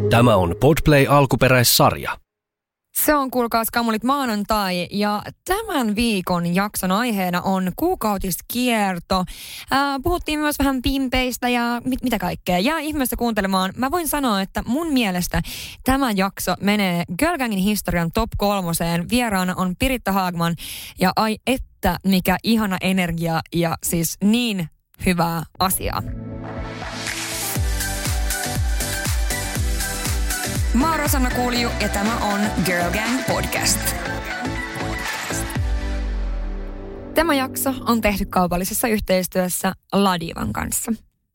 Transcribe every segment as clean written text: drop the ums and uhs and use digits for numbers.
Tämä on Podplay alkuperäissarja. Se on kuulkaas kamulit maanantai ja tämän viikon jakson aiheena on kuukautiskierto. Puhuttiin myös vähän pimpeistä ja mitä kaikkea. Jää ihmeessä kuuntelemaan. Mä voin sanoa, että mun mielestä tämä jakso menee Girl Gangin historian top 3. Vieraana on Piritta Haagman ja ai että mikä ihana energia ja siis niin hyvää asiaa. Mä oon Rosanna Kulju ja tämä on Girl Gang Podcast. Tämä jakso on tehty kaupallisessa yhteistyössä Ladivan kanssa.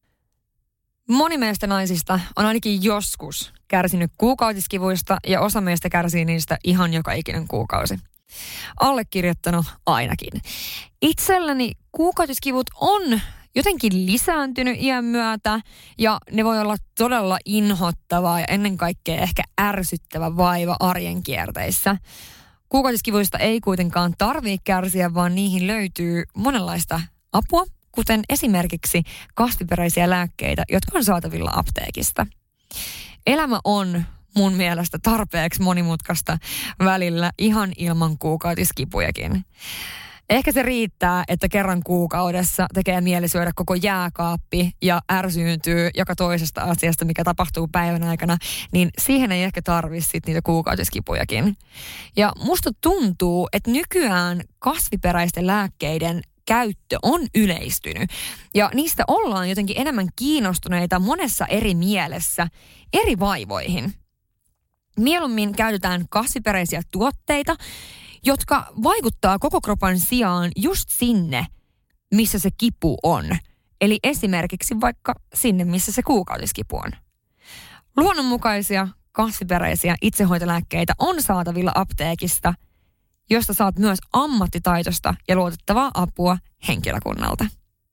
Moni meistä naisista on ainakin joskus kärsinyt kuukautiskivuista ja osa meistä kärsii niistä ihan joka ikinen kuukausi. Allekirjoittanut ainakin. Itselläni kuukautiskivut on jotenkin lisääntynyt iän myötä ja ne voi olla todella inhottavaa ja ennen kaikkea ehkä ärsyttävä vaiva arjen kierteissä. Kuukautiskivuista ei kuitenkaan tarvitse kärsiä, vaan niihin löytyy monenlaista apua, kuten esimerkiksi kasviperäisiä lääkkeitä, jotka on saatavilla apteekista. Elämä on mun mielestä tarpeeksi monimutkaista välillä ihan ilman kuukautiskipujakin. Ehkä se riittää, että kerran kuukaudessa tekee mieli syödä koko jääkaappi ja ärsyyntyy joka toisesta asiasta, mikä tapahtuu päivän aikana, niin siihen ei ehkä tarvitse sit niitä kuukautiskipujakin. Ja musta tuntuu, että nykyään kasviperäisten lääkkeiden käyttö on yleistynyt ja niistä ollaan jotenkin enemmän kiinnostuneita monessa eri mielessä eri vaivoihin. Mieluummin käytetään kasviperäisiä tuotteita, jotka vaikuttaa koko kropan sijaan just sinne, missä se kipu on. Eli esimerkiksi vaikka sinne, missä se kuukautiskipu on. Luonnonmukaisia, kasviperäisiä itsehoitolääkkeitä on saatavilla apteekista, josta saat myös ammattitaitoista ja luotettavaa apua henkilökunnalta.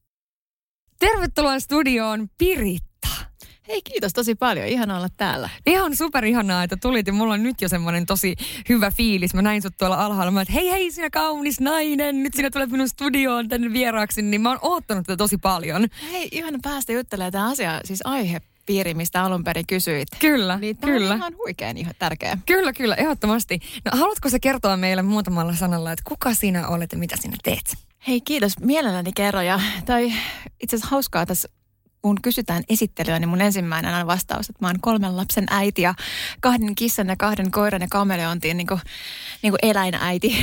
Tervetuloa studioon, Piritta. Hei, kiitos tosi paljon. Ihana olla täällä. Ihan superihanaa, että tulit ja mulla on nyt jo semmoinen tosi hyvä fiilis. Mä näin sut tuolla alhaalla. Mä että hei sinä kaunis nainen. Nyt sinä tulet minun studioon tänne vieraaksi. Niin mä oon oottanut tätä tosi paljon. Hei, ihana päästä juttelemaan tämä asia, siis aihepiiri, mistä alun perin kysyit. Kyllä, niin kyllä. On ihan huikean ihan tärkeä. Kyllä, ehdottomasti. No haluatko sä kertoa meille muutamalla sanalla, että kuka sinä olet ja mitä sinä teet? Hei, kiitos. Mielelläni kerro. Ja tai itse asiassa hauskaa tässä, kun kysytään esittelyä, niin mun ensimmäinen on vastaus, että mä oon 3 lapsen äiti ja 2 kissan ja 2 koiran ja kameleontiin niin kuin eläinäiti.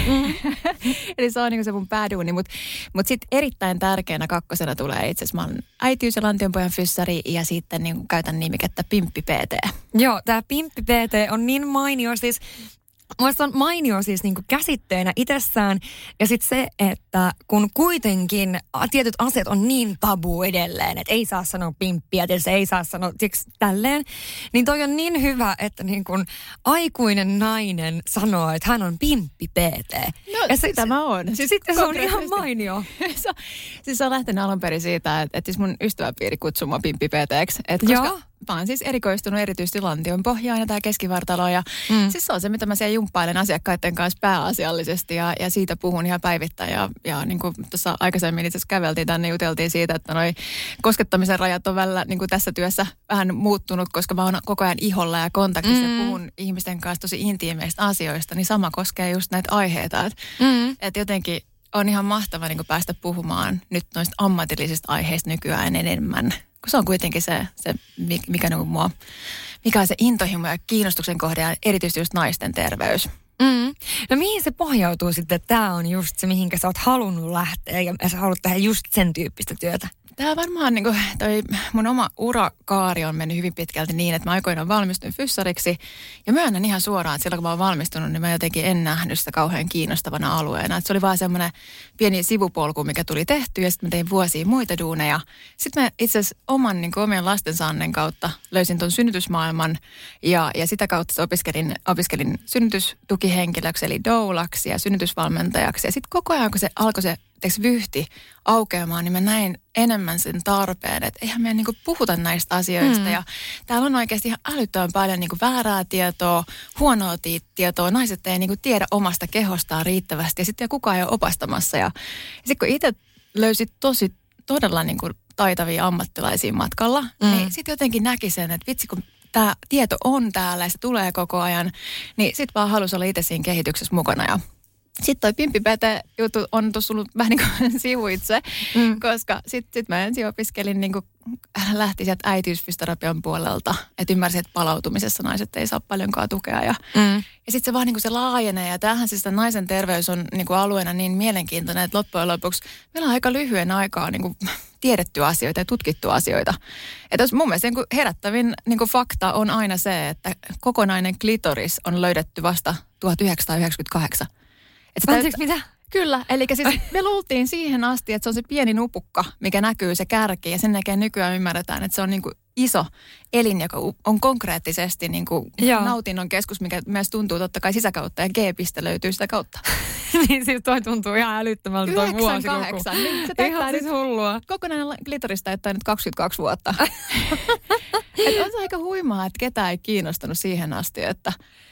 Eli se on niin kuin se mun pääduuni. Mutta sitten erittäin tärkeänä 2. tulee itse asiassa, mä oon äitiys- ja lantionpojan fyssari ja sitten niin kuin käytän nimikettä Pimppi PT. Joo, tää Pimppi PT on niin mainio siis. Mielestäni on mainio siis niin kuin käsitteenä itsessään ja sitten se, että kun kuitenkin tietyt asiat on niin tabu edelleen, että ei saa sanoa pimppiä, tietysti ei saa sanoa tälleen, niin toi on niin hyvä, että niin kuin aikuinen nainen sanoo, että hän on pimppi PT. No ja sitä mä oon. Siis sitten se on ihan mainio. Se on lähtenyt alun perin siitä, että siis mun ystäväpiiri kutsuu mua pimppi PT:ksi. Koska mä oon siis erikoistunut erityisesti lantion pohjaan ja tää keskivartalo. Ja siis se on se, mitä mä siellä jumppailen asiakkaiden kanssa pääasiallisesti ja siitä puhun ihan päivittäin. Ja niin kuin tuossa aikaisemmin itse asiassa käveltiin tänne, juteltiin siitä, että noi koskettamisen rajat on välillä niin kuin tässä työssä vähän muuttunut, koska mä oon koko ajan iholla ja kontaktissa ja puhun ihmisten kanssa tosi intiimeistä asioista, niin sama koskee just näitä aiheita. Että jotenkin on ihan mahtava niin kuin päästä puhumaan nyt noista ammatillisista aiheista nykyään enemmän. Kun se on kuitenkin se mikä on se intohimo ja kiinnostuksen kohde ja erityisesti just naisten terveys. No mihin se pohjautuu sitten, että tämä on just se, mihinkä sä oot halunnut lähteä ja sä haluat tehdä just sen tyyppistä työtä? Tämä varmaan niin kuin, toi mun oma urakaari on mennyt hyvin pitkälti niin, että mä aikoinaan valmistuin fyssariksi. Ja myönnän ihan suoraan, että silloin kun mä oon valmistunut, niin mä jotenkin en nähnyt sitä kauhean kiinnostavana alueena. Että se oli vaan semmoinen pieni sivupolku, mikä tuli tehty ja sitten mä tein vuosia muita duuneja. Sitten mä itse asiassa omien lastensannen kautta löysin ton synnytysmaailman ja sitä kautta opiskelin synnytystukihenkilöksi eli doulaksi ja synnytysvalmentajaksi. Ja sitten koko ajan, kun se alkoi se vyyhti aukeamaan, niin mä näin enemmän sen tarpeen, että eihän me niinku puhuta näistä asioista. Ja täällä on oikeasti ihan älyttömän paljon niinku väärää tietoa, huonoa tietoa. Naiset ei niinku tiedä omasta kehostaan riittävästi ja sitten kukaan ei ole opastamassa. Ja sitten kun itse löysit todella niinku taitavia ammattilaisia matkalla, niin sitten jotenkin näki sen, että vitsi kun tämä tieto on täällä ja se tulee koko ajan, niin sitten vaan halusi olla itse siinä kehityksessä mukana ja sitten toi Pimppi-Pete-juttu on tullut vähän niin kuin sivuitse, koska sitten mä ensin opiskelin, niin kuin lähti sieltä äitiysfysioterapian puolelta, että ymmärsin, että palautumisessa naiset ei saa paljonkaan tukea. Ja sitten se vaan niin kuin se laajenee ja tämähän siis naisen terveys on niin kuin alueena niin mielenkiintoinen, että loppujen lopuksi meillä on aika lyhyen aikaa niin kuin tiedetty asioita ja tutkittu asioita. Että mun mielestä niin herättävin niin kuin fakta on aina se, että kokonainen klitoris on löydetty vasta 1998. Anteeksi, mitä? Kyllä, eli siis me luultiin siihen asti, että se on se pieni nupukka, mikä näkyy se kärki, ja sen jälkeen nykyään ymmärretään, että se on niin kuin iso elin, joka on konkreettisesti niin kuin nautinnon keskus, mikä myös tuntuu totta kai sisäkautta, ja G-piste löytyy sitä kautta. Niin siis toi tuntuu ihan älyttömältä toi vuosiluku. 98, niin se ihan siis hullua. Kokonainen klitoris täyttää nyt 22 vuotta. Et on se aika huimaa, että ketään ei kiinnostanut siihen asti, että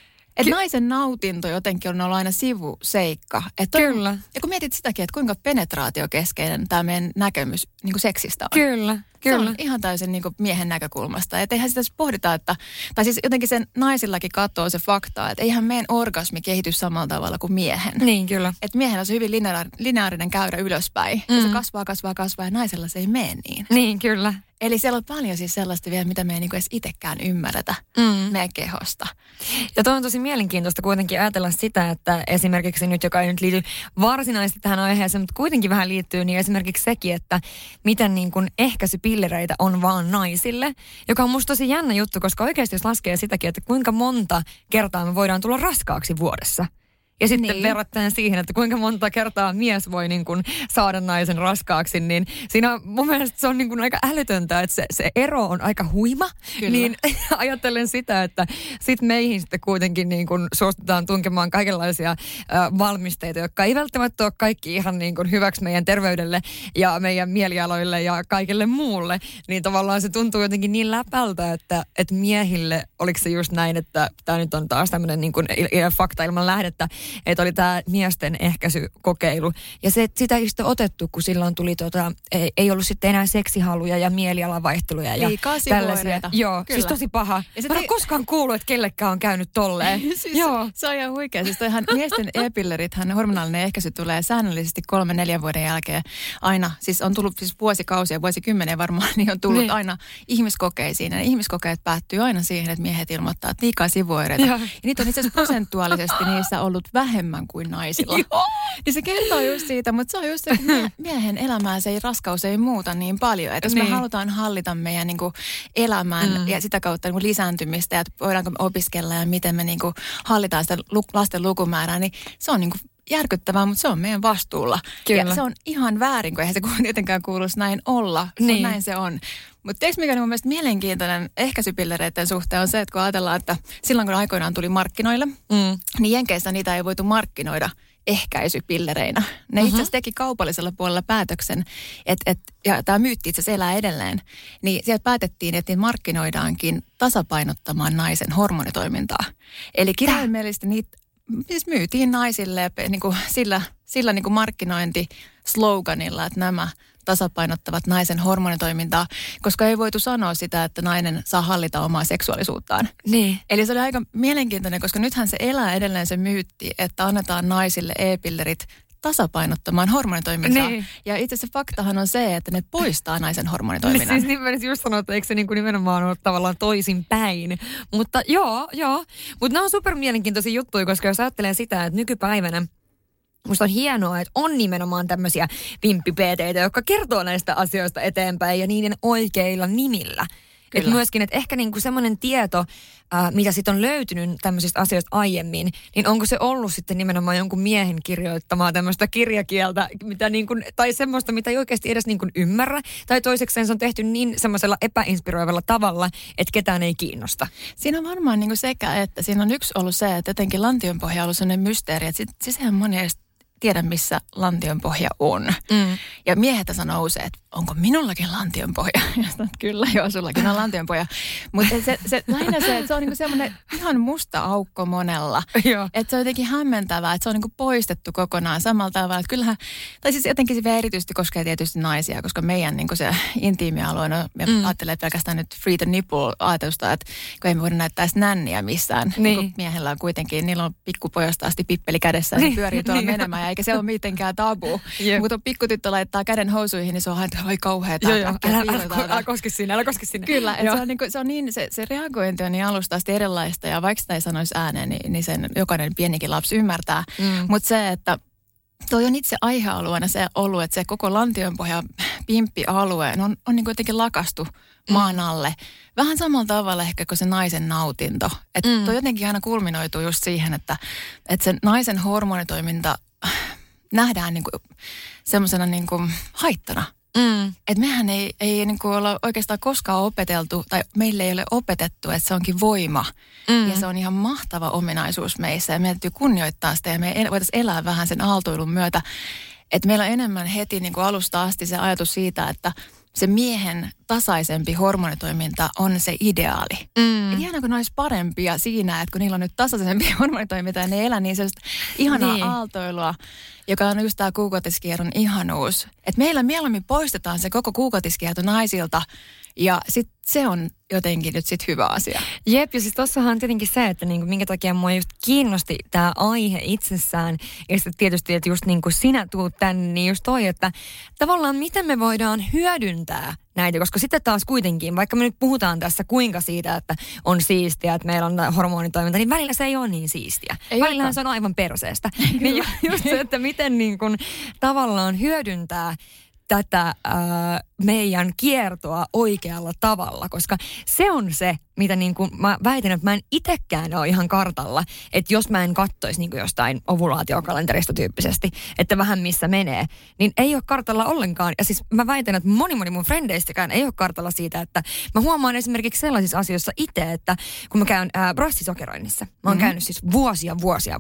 naisen nautinto jotenkin on ollut aina sivuseikka. Kyllä. Ja kun mietit sitäkin, että kuinka penetraatiokeskeinen tämä meidän näkemys niin kuin seksistä on. Kyllä. Se on ihan täysin niin kuin miehen näkökulmasta. Että eihän sitä pohdita, tai siis jotenkin sen naisillakin katsoo se fakta, että eihän meidän orgasmi kehity samalla tavalla kuin miehen. Niin, kyllä. Että miehellä on se hyvin lineaarinen käyrä ylöspäin. Ja se kasvaa ja naisella se ei mene niin. Niin, kyllä. Eli siellä on paljon siis sellaista vielä, mitä me ei niinku edes itsekään ymmärretä meidän kehosta. Ja toi on tosi mielenkiintoista kuitenkin ajatella sitä, että esimerkiksi nyt, joka ei nyt liity varsinaisesti tähän aiheeseen, mutta kuitenkin vähän liittyy, niin esimerkiksi sekin, että miten niin kuin ehkäisypillereitä on vaan naisille, joka on musta tosi jännä juttu, koska oikeasti jos laskee sitäkin, että kuinka monta kertaa me voidaan tulla raskaaksi vuodessa. Ja sitten verrattuna siihen, että kuinka monta kertaa mies voi niin kuin saada naisen raskaaksi, niin siinä mun mielestä se on niin kuin aika älytöntä, että se ero on aika huima. Kyllä. Niin ajattelen sitä, että sitten meihin sitten kuitenkin niin kuin suostutaan tunkemaan kaikenlaisia valmisteita, jotka ei välttämättä ole kaikki ihan niin kuin hyväksi meidän terveydelle ja meidän mielialoille ja kaikille muulle. Niin tavallaan se tuntuu jotenkin niin läpältä, että miehille, oliko se just näin, että tämä nyt on taas tämmöinen niin kuin fakta ilman lähdettä, että oli tämä miesten ehkäisykokeilu. Ja sitä ei sitten otettu, kun silloin tuli ei ollut sitten enää seksihaluja ja mielialavaihteluja ja liikaa tällaisia. Joo, kyllä. Siis tosi paha. Mä en ole koskaan kuullut, että kellekään on käynyt tolleen. Siis joo. Se on ihan huikea. Siis toihan miesten e-pillerithän, hormonaalinen ehkäisy tulee säännöllisesti 3-4 vuoden jälkeen aina. Siis on tullut siis vuosikausia, vuosikymmeniä varmaan, niin on tullut aina ihmiskokeisiin. Ja ihmiskokeet päättyy aina siihen, että miehet ilmoittaa, että liikaa sivuoireita. Ja niitä on itse asiassa prosentuaalisesti niissä ollut vähemmän kuin naisilla. Niin se kertoo just siitä, mutta se on just se, että miehen elämää se raskaus ei muuta niin paljon. Että jos me halutaan hallita meidän niin kuin elämän ja sitä kautta niin kuin lisääntymistä ja voidaanko me opiskella ja miten me niin kuin hallitaan sitä lasten lukumäärää, niin se on niin kuin järkyttävää, mutta se on meidän vastuulla. Kyllä. Ja se on ihan väärin, kun eihän se tietenkään kuuluisi näin olla. Niin. Näin se on. Mutta tiedätkö mikä on mun mielestä mielenkiintoinen ehkäisypillereiden suhteen on se, että kun ajatellaan, että silloin kun aikoinaan tuli markkinoille, niin Jenkeissä niitä ei voitu markkinoida ehkäisypillereinä. Ne itse asiassa teki kaupallisella puolella päätöksen, ja tämä myytti itse asiassa elää edelleen, niin sieltä päätettiin, että niitä markkinoidaankin tasapainottamaan naisen hormonitoimintaa. Eli kirjaimellisesti niitä siis myytiin naisille niin kuin sillä niin kuin markkinointisloganilla, että nämä tasapainottavat naisen hormonitoimintaa, koska ei voitu sanoa sitä, että nainen saa hallita omaa seksuaalisuuttaan. Niin. Eli se oli aika mielenkiintoinen, koska nythän se elää edelleen se myytti, että annetaan naisille e-pillerit tasapainottamaan hormonitoimintaa. Niin. Ja itse asiassa faktahan on se, että ne poistaa naisen hormonitoiminnan. Siis nimenomaan just sanoa, että eikö se niin kuin nimenomaan ole tavallaan toisin päin. Mutta joo. Mutta nämä on super mielenkiintoisia juttuja, koska jos ajattelee sitä, että nykypäivänä musta on hienoa, että on nimenomaan tämmöisiä pimppipeeteitä, jotka kertoo näistä asioista eteenpäin ja niiden oikeilla nimillä. Että myöskin, että ehkä niinku semmoinen tieto, mitä sitten on löytynyt tämmöisistä asioista aiemmin, niin onko se ollut sitten nimenomaan jonkun miehen kirjoittamaa tämmöistä kirjakieltä, mitä niinku, tai semmoista, mitä ei oikeasti edes niinku ymmärrä, tai toisekseen se on tehty niin semmoisella epäinspiroivalla tavalla, että ketään ei kiinnosta. Siinä on varmaan niinku sekä, että siinä on yksi ollut se, että jotenkin lantionpohja on ollut sellainen mysteeri, että siis eihän moni edes tiedä, missä lantionpohja on. Ja miehet sanoo usein, että onko minullakin lantionpohja? Ja sanoin, että kyllä, joo, sullakin on lantionpohja. Mutta lähinnä se, että se on niinku semmoinen ihan musta aukko monella. Että se on jotenkin hämmentävää, että se on niinku poistettu kokonaan samalla tavalla. Että kyllähän, tai siis jotenkin se vielä erityisesti koskee tietysti naisia, koska meidän niinku se intiimialue, ajattelee, että pelkästään nyt free the nipple ajatusta, että kun ei me voida näyttää nänniä missään. Niin miehellä on kuitenkin, niillä on pikkupojasta asti pippeli kädessä, ja pyörii tuolla menemään, ja eikä se ole mitenkään tabu. Mutta pikkutyttö laittaa käden housuihin, niin se on aina, oi kauheeta. Älä koske sinne. Kyllä, että se reagointi on niin alusta asti erilaista, ja vaikka sitä ei sanoisi ääneen, niin sen jokainen pienikin lapsi ymmärtää. Mutta se, että toi on itse aihealueena se ollut, että se koko lantionpohja pimppialue on niin kuin jotenkin lakastu maan alle. Vähän samalla tavalla ehkä kuin se naisen nautinto. Että toi jotenkin aina kulminoituu just siihen, että se naisen hormonitoiminta nähdään niin kuin semmoisena niin kuin haittana. Että mehän ei niin kuin olla oikeastaan koskaan opeteltu, tai meille ei ole opetettu, että se onkin voima. Ja se on ihan mahtava ominaisuus meissä, ja meidän täytyy kunnioittaa sitä, ja me voitaisiin elää vähän sen aaltoilun myötä. Että meillä on enemmän heti niin kuin alusta asti se ajatus siitä, että se miehen tasaisempi hormonitoiminta on se ideaali. Että ihan kun ne olisi parempia siinä, että kun niillä on nyt tasaisempi hormonitoiminta ja ne elää niin sellaista ihanaa aaltoilua, joka on just tämä kuukautiskierron ihanuus. Että meillä mieluummin poistetaan se koko kuukautiskierto naisilta ja sitten se on jotenkin nyt sitten hyvä asia. Jep, ja siis tossahan on tietenkin se, että niinku, minkä takia mua just kiinnosti tämä aihe itsessään. Ja sitten tietysti, että just niin kuin sinä tuut tänne, niin just toi, että tavallaan miten me voidaan hyödyntää näitä, koska sitten taas kuitenkin, vaikka me nyt puhutaan tässä kuinka siitä, että on siistiä, että meillä on hormonitoiminta, niin välillä se ei ole niin siistiä. Välillähän se on aivan perseestä. Niin just se, että miten niin kuin tavallaan hyödyntää tätä meidän kiertoa oikealla tavalla, koska se on se, mitä niin kuin mä väitän, että mä en itsekään ole ihan kartalla, että jos mä en kattoisi niin kuin jostain ovulaatiokalenterista tyyppisesti, että vähän missä menee, niin ei ole kartalla ollenkaan. Ja siis mä väitän, että moni mun frendeistäkään ei ole kartalla siitä, että mä huomaan esimerkiksi sellaisissa asioissa itse, että kun mä käyn brassisokeroinnissa, mä oon käynyt siis vuosia.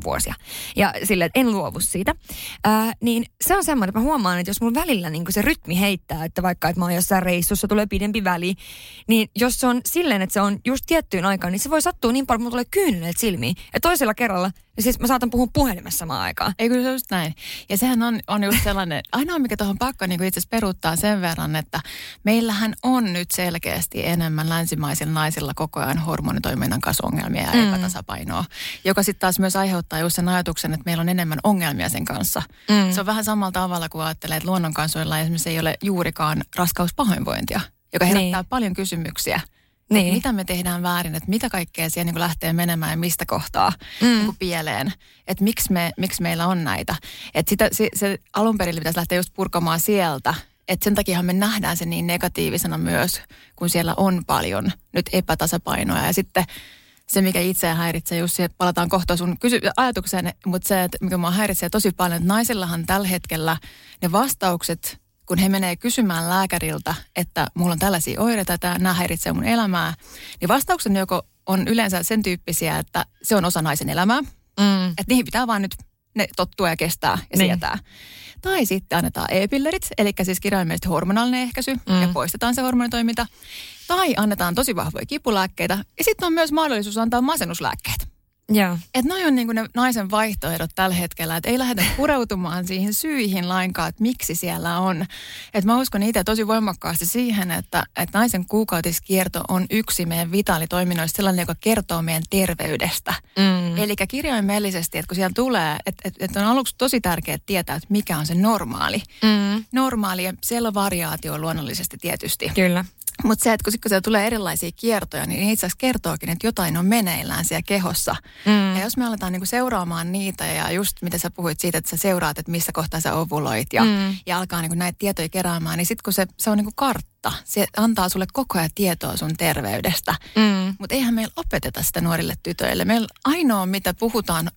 Ja silleen, että en luovu siitä, niin se on semmoinen, että mä huomaan, että jos mulla välillä niin kuin se rytmi heittää, että vaikka että mä oon jossain reissussa, tulee pidempi väli, niin jos se on silleen, että se on just tiettyyn aikaan, niin se voi sattua niin paljon, että mulla tulee kyyneleet silmiin. Ja toisella kerralla, ja siis mä saatan puhua puhelimessa samaan aikaan. Ei kyllä se just näin. Ja sehän on just sellainen, ainoa mikä tuohon pakko niin itse asiassa peruuttaa sen verran, että meillähän on nyt selkeästi enemmän länsimaisilla naisilla koko ajan hormonitoiminnan kanssa ongelmia ja epätasapainoa, joka sitten taas myös aiheuttaa just sen ajatuksen, että meillä on enemmän ongelmia sen kanssa. Se on vähän samalla tavalla, kun ajattelee, että luonnonkansoilla esimerkiksi ei ole juurikaan raskauspahoinvointia, joka herättää paljon kysymyksiä. Niin. Mitä me tehdään väärin, että mitä kaikkea siellä niin lähtee menemään ja mistä kohtaa niin pieleen. Että miksi meillä on näitä. Että se alun perin pitäisi lähteä just purkamaan sieltä. Että sen takiahan me nähdään se niin negatiivisena myös, kun siellä on paljon nyt epätasapainoa. Ja sitten se, mikä itseä häiritsee, just se, palataan kohta sun ajatukseen, mutta se, että mikä mua häiritsee tosi paljon, että naisillahan tällä hetkellä ne vastaukset, kun he menee kysymään lääkäriltä, että mulla on tällaisia oireita, että nämä häiritsee mun elämää, niin vastaukset joko on yleensä sen tyyppisiä, että se on osa naisen elämää, että niihin pitää vaan nyt ne tottua ja kestää ja sietää. Tai sitten annetaan e-pillerit, eli siis kirjaimellisesti hormonaalinen ehkäisy ja poistetaan se hormonitoiminta. Tai annetaan tosi vahvoja kipulääkkeitä ja sitten on myös mahdollisuus antaa masennuslääkkeet. Joo. Että noi on niinku ne naisen vaihtoehdot tällä hetkellä, että ei lähdetä pureutumaan siihen syihin lainkaan, että miksi siellä on. Että mä uskon itse tosi voimakkaasti siihen, että naisen kuukautiskierto on yksi meidän vitaalitoiminnoista sellainen, joka kertoo meidän terveydestä. Eli kirjaimellisesti, että kun siellä tulee, että on aluksi tosi tärkeää tietää, että mikä on se normaali. Normaali ja siellä on variaatio luonnollisesti tietysti. Kyllä. Mutta se, että kun siellä tulee erilaisia kiertoja, niin itse asiassa kertookin, että jotain on meneillään siellä kehossa. Ja jos me aletaan niinku seuraamaan niitä ja just mitä sä puhuit siitä, että sä seuraat, että missä kohtaa sä ovuloit ja alkaa niinku näitä tietoja keräämään, niin sitten kun se on niinku kartta, se antaa sulle koko ajan tietoa sun terveydestä. Mutta eihän meillä opeteta sitä nuorille tytöille. Meillä ainoa, mitä puhutaan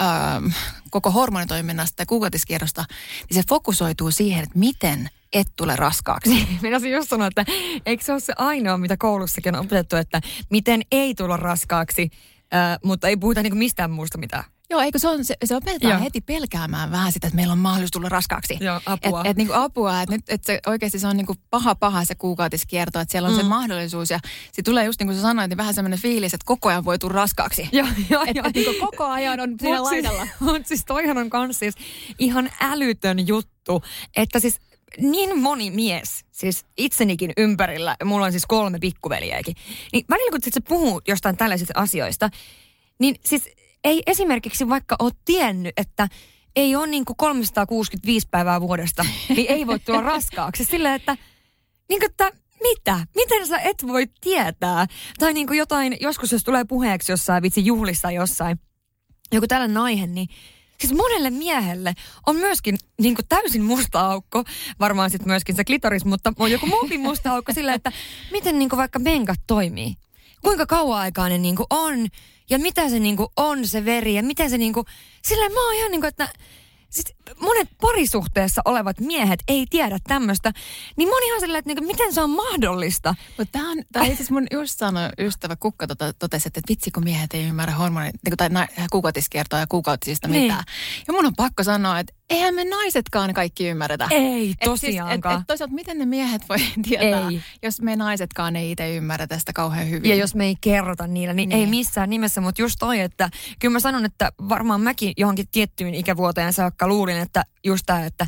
koko hormonitoiminnasta ja kuukautiskierrosta, niin se fokusoituu siihen, että miten et tule raskaaksi. Minä just sanoa, että eikö se ole se ainoa, mitä koulussakin on opetettu, että miten ei tulla raskaaksi, mutta ei puhuta niinku mistään muusta mitään. Joo, eikö se opetetaan heti pelkäämään vähän sitä, että meillä on mahdollisuus tulla raskaaksi. Joo, apua. Että niinku apua, että nyt se oikeasti se on niinku paha se kuukautiskierto, että siellä on se mahdollisuus ja se tulee just niin kuin sä sanoit, niin vähän semmoinen fiilis, että koko ajan voi tulla raskaaksi. Joo. Että niinku koko ajan on siinä laidalla. Mutta siis toihan on kans siis ihan älytön juttu, että siis niin moni mies, siis itsenikin ympärillä, mulla on siis 3 pikkuveljääkin, niin välillä kun se puhuu jostain tällaisista asioista, niin siis ei esimerkiksi vaikka ole tiennyt, että ei ole niin kuin 365 päivää vuodesta, niin ei voi tulla raskaaksi. Silleen, että, niin kuin, että mitä? Miten sä et voi tietää? Tai niin kuin jotain, joskus jos tulee puheeksi jossain vitsi juhlissa jossain, joku tällainen aihe, niin siis monelle miehelle on myöskin niin kuin täysin musta aukko, varmaan sitten myöskin se klitoris, mutta on joku muukin musta aukko silleen, että miten niin kuin vaikka menkat toimii. Kuinka kauan aikaa ne niin kuin on ja mitä se niin kuin on se veri ja miten se niin kuin, silleen mä oon ihan niin kuin, että siis monet parisuhteessa olevat miehet ei tiedä tämmöistä, niin mä oon ihan silleen, että niin kuin, miten se on mahdollista. Mutta tämä itse mun just sanoi ystävä Kukka totesi, että vitsi kun miehet ei ymmärrä hormonit, tai kuukautiskiertoa ja kuukautisista mitään. Ja mun on pakko sanoa, että eihän me naisetkaan kaikki ymmärretä. Ei tosiaankaan. Et toisaalta miten ne miehet voi tietää, jos me naisetkaan ei itse ymmärrä tästä kauhean hyvin. Ja jos me ei kerrota niillä, niin ei missään nimessä. Mutta just toi, että kyllä mä sanon, että varmaan mäkin johonkin tiettyyn ikävuoteen saakka luulin, että just tämä, että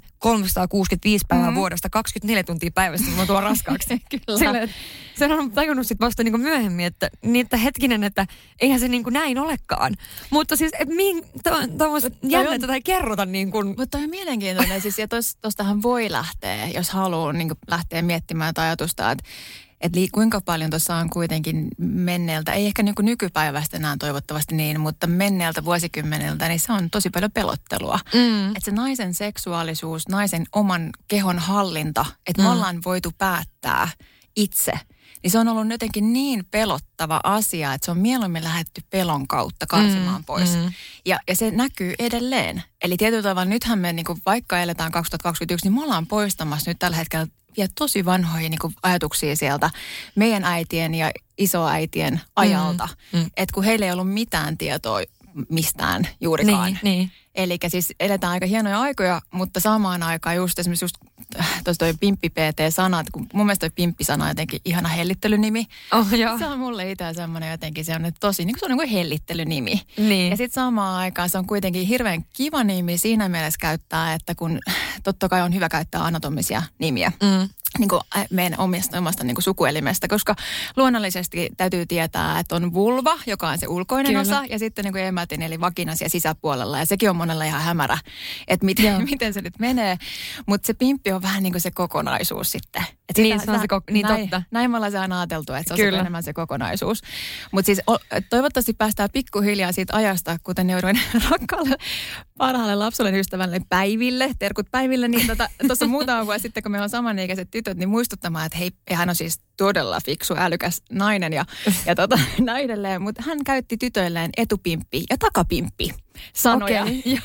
365 päivää vuodesta, 24 tuntia päivässä, niin mä tuon raskaaksi. Kyllä. Sille, sen on tajunnut sitten vasta niinku myöhemmin, että hetkinen, että eihän se niinku näin olekaan. Mutta siis, tuommoista jännä, että ei kerrota niin kuin. Mutta toi on mielenkiintoinen, siis ja tostahan voi lähteä, jos haluaa niin lähteä miettimään tätä ajatusta, että kuinka paljon tuossa on kuitenkin menneeltä, ei ehkä niin kuin nykypäivästä enää toivottavasti niin, mutta menneeltä vuosikymmeneltä, niin se on tosi paljon pelottelua. Että se naisen seksuaalisuus, naisen oman kehon hallinta, että me ollaan voitu päättää itse, niin se on ollut jotenkin niin pelottava asia, että se on mieluummin lähdetty pelon kautta karsimaan pois. Ja se näkyy edelleen. Eli tietyllä tavalla nythän me, niin kuin vaikka eletään 2021, niin me ollaan poistamassa nyt tällä hetkellä vielä tosi vanhoja niin kuin ajatuksia sieltä meidän äitien ja isoäitien ajalta. Että kun heillä ei ollut mitään tietoa mistään juurikaan. Niin. Eli siis eletään aika hienoja aikoja, mutta samaan aikaan just esimerkiksi just tuossa toi pimppi-PT-sana, kun mun mielestä toi pimppi-sana on jotenkin ihana hellittelynimi. Se on mulle itse semmoinen jotenkin, se on tosi, niin kuin se on niin kuin hellittelynimi. Niin. Ja sitten samaan aikaan se on kuitenkin hirveän kiva nimi siinä mielessä käyttää, että kun totta kai on hyvä käyttää anatomisia nimiä. Niin kuin meidän omasta niin kuin sukuelimestä, koska luonnollisesti täytyy tietää, että on vulva, joka on se ulkoinen osa, ja sitten niin kuin emätin, eli vagina siellä sisäpuolella, ja sekin on monella ihan hämärä, että miten se nyt menee. Mutta se pimppi on vähän niin kuin se kokonaisuus sitten. Et niin, se on se totta. Näin me ollaan se aina ajateltu, että se on enemmän se kokonaisuus. Mutta siis toivottavasti päästään pikkuhiljaa siitä ajasta, kuten jouduin rakkaalle parhaalle lapsuuden ystävälle Päiville, terkut Päiville, niin tuossa muutama vuosi sitten, kun meillä on samanikäiset tytöt, niin muistuttamaan, että hei, hän on siis todella fiksu, älykäs nainen ja näin edelleen. Mutta hän käytti tytöilleen etupimppi ja takapimppi sanoja.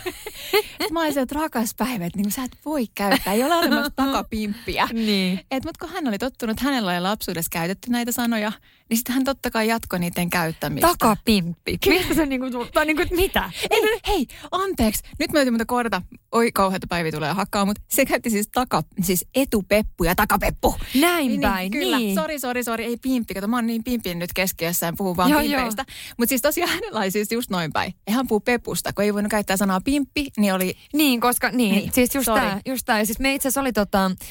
Mä olisin, että rakas Päivä, että niin sä et voi käyttää, ei ole olemassa takapimppiä. Niin. Mutta kun hän oli tottunut, hänellä oli lapsuudessa käytetty näitä sanoja, niin sitten hän totta kai jatkoi niiden käyttämistä. Takapimppi. Mistä se tai mitä? Hei, anteeksi. Nyt mä täytyy muuta korjata. Oi, kauheata Päivi tulee hakkaa, mutta se käytti siis etupeppu ja takapeppu. Näin päin, kyllä. Niin. Sori, ei pimppi. Kato, mä oon niin pimpin nyt keskiössä ja puhun vaan pimpeistä. Mutta siis tosiaan hänellä oli siis just noin päin. Ja hän puhuu pepusta, kun ei voinut käyttää sanaa pimppi, niin oli. Niin, koska siis just tää. Ja siis me itse asiassa oli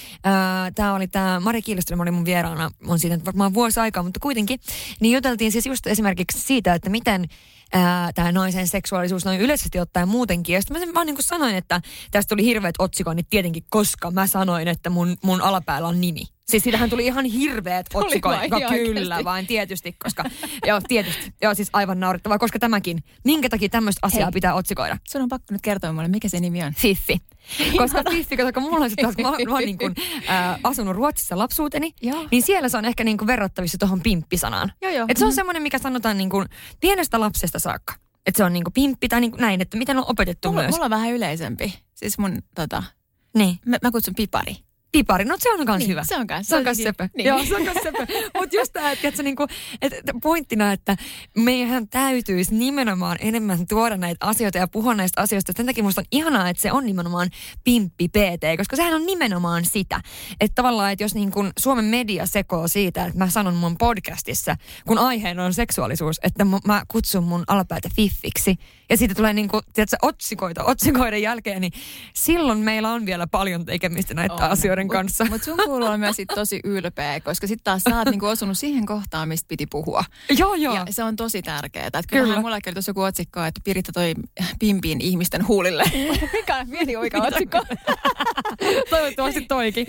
tää Mari Kiiloström oli mun vieraana, on siitä varmaan vuosi aikaa, mutta kuitenkin. Niin juteltiin siis just esimerkiksi siitä, että miten tämä naisen seksuaalisuus noin yleisesti ottaen muutenkin. Ja sitten mä sen vaan niin kuin sanoin, että tästä tuli hirveät otsikoinnit tietenkin, koska mä sanoin, että mun alapäällä on nimi. Siis siitähän tuli ihan hirveät otsikoinnit. Kyllä, vain tietysti, koska joo, siis aivan naurettavaa, koska tämäkin, minkä takia tämmöistä asiaa pitää otsikoida? Sun on pakko nyt kertoa mulle, mikä se nimi on? Fiffi. Koska Fiffi, koska mulla on sitten taas, mä oon niin kuin, asunut Ruotsissa lapsuuteni, niin siellä se on ehkä niin kuin verrattavissa tuohon pimppisanaan. Että se on semmoinen, mikä sanotaan niin kuin pienestä lapsesta saakka. Että se on niin kuin pimppi tai niin kuin näin, että miten on opetettu myös. Mulla on vähän yleisempi. Siis mun, niin. mä kutsun pipari. Pipari, no se on kans hyvä. Se on kans söpö. Niin. Joo, se on kans söpö. Mutta just tämä, että niinku, pointtina, että meidän täytyisi nimenomaan enemmän tuoda näitä asioita ja puhua näistä asioista. Sen takia musta on ihanaa, että se on nimenomaan pimppi PT, koska sehän on nimenomaan sitä. Että tavallaan, että jos niin kun Suomen media sekoo siitä, että mä sanon mun podcastissa, kun aiheena on seksuaalisuus, että mä kutsun mun alapäätä fiffiksi. Ja siitä tulee niinku, tiedätkö, otsikoiden jälkeen, niin silloin meillä on vielä paljon tekemistä näitä asioiden kanssa. Mutta sun kuuluu olla myös tosi ylpeä, koska sitten taas sä oot niinku osunut siihen kohtaan, mistä piti puhua. Joo. Ja se on tosi tärkeää. Kyllähän mulla oli tuossa joku otsikko, että Piritta toi pimpiin ihmisten huulille. Mikä on pieni oikea otsikko? Toivottavasti toikin.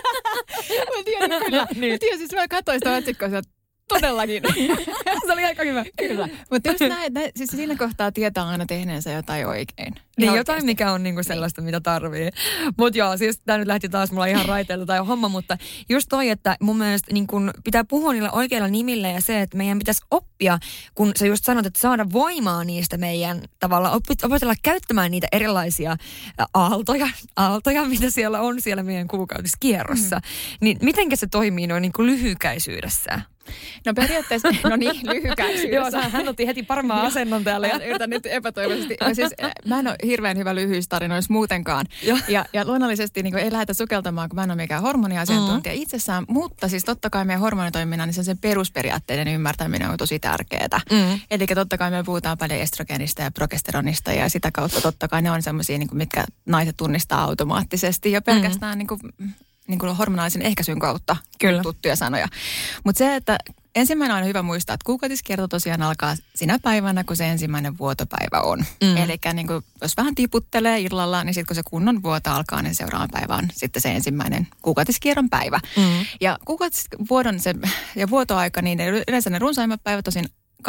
Mä tiedän kyllä. Niin. Mä tiedän, siis mä katsoin sitä otsikkoa, todellakin. Se oli aika hyvä. Kyllä. Mutta just näin, siis siinä kohtaa tietää aina tehneensä jotain oikein. Niin jotain, mikä on niinku sellaista, mitä tarvii. Mutta joo, siis tää nyt lähti taas mulla ihan raiteilta tai homma, mutta just toi, että mun mielestä niin kun pitää puhua niillä oikeilla nimillä ja se, että meidän pitäisi oppia, kun sä just sanot, että saada voimaa niistä meidän tavalla, opetella käyttämään niitä erilaisia aaltoja, mitä siellä on siellä meidän kuukautiskierrossa. Niin mitenkä se toimii noin niin kuin lyhykäisyydessään? No periaatteessa, lyhykäisyydessä. Joo, hän otti heti parmaan asennon täällä. Yritän nyt epätoivoisesti. Siis, mä en ole hirveän hyvä lyhyistarinoissa muutenkaan. Ja luonnollisesti niin ei lähdetä sukeltamaan, kun mä en ole mikään hormoniasiantuntija itsessään. Mutta siis totta kai meidän hormonitoiminnan, niin sen perusperiaatteiden ymmärtäminen on tosi tärkeää. Eli totta kai me puhutaan paljon estrogeenista ja progesteronista ja sitä kautta totta kai ne on semmoisia, niin mitkä naiset tunnistaa automaattisesti. Ja pelkästään niin kuin hormonaalisen ehkäisyn kautta tuttuja sanoja. Mutta se, että ensimmäinen on hyvä muistaa, että kuukautiskierto tosiaan alkaa sinä päivänä, kun se ensimmäinen vuotopäivä on. Eli niin jos vähän tiputtelee illalla, niin sitten kun se kunnon vuoto alkaa, niin seuraavan päivä on sitten se ensimmäinen kuukautiskierron päivä. Ja kuukautisvuodon ja vuotoaika, niin yleensä ne runsaimmat päivät tosin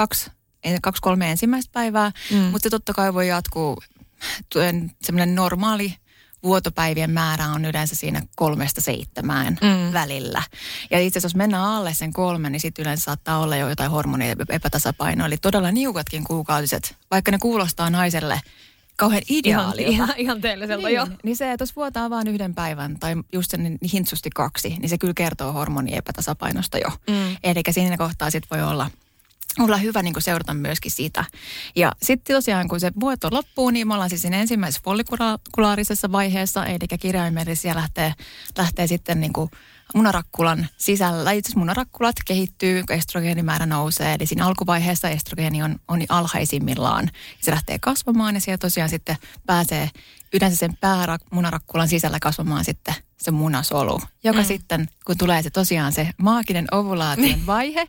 2-3 ensimmäistä päivää, mutta se totta kai voi jatkuu semmoinen normaali vuotopäivien määrä on yleensä siinä 3-7 välillä. Ja itse asiassa jos mennään alle sen 3, niin sitten yleensä saattaa olla jo jotain hormonien epätasapainoa. Eli todella niukatkin kuukautiset, vaikka ne kuulostaa naiselle kauhean ideaalilta. Ihan teelliseltä, niin, joo. Niin se, että jos vuotaa vaan 1 päivän tai just sen hintsusti 2, niin se kyllä kertoo hormonien epätasapainosta jo. Eli siinä kohtaa sitten voi olla hyvä niin kuin seurata myöskin sitä. Ja sitten tosiaan, kun se vuoto loppuu, niin me ollaan siis siinä ensimmäisessä follikulaarisessa vaiheessa, eli kirjaimellisesti lähtee sitten niin kuin munarakkulan sisällä. Itse asiassa munarakkulat kehittyy, kun estrogeenimäärä nousee. Eli siinä alkuvaiheessa estrogeeni on alhaisimmillaan. Se lähtee kasvamaan ja siellä tosiaan sitten pääsee yleensä sen munarakkulan sisällä kasvamaan sitten se munasolu, joka sitten, kun tulee se tosiaan se maaginen ovulaation vaihe,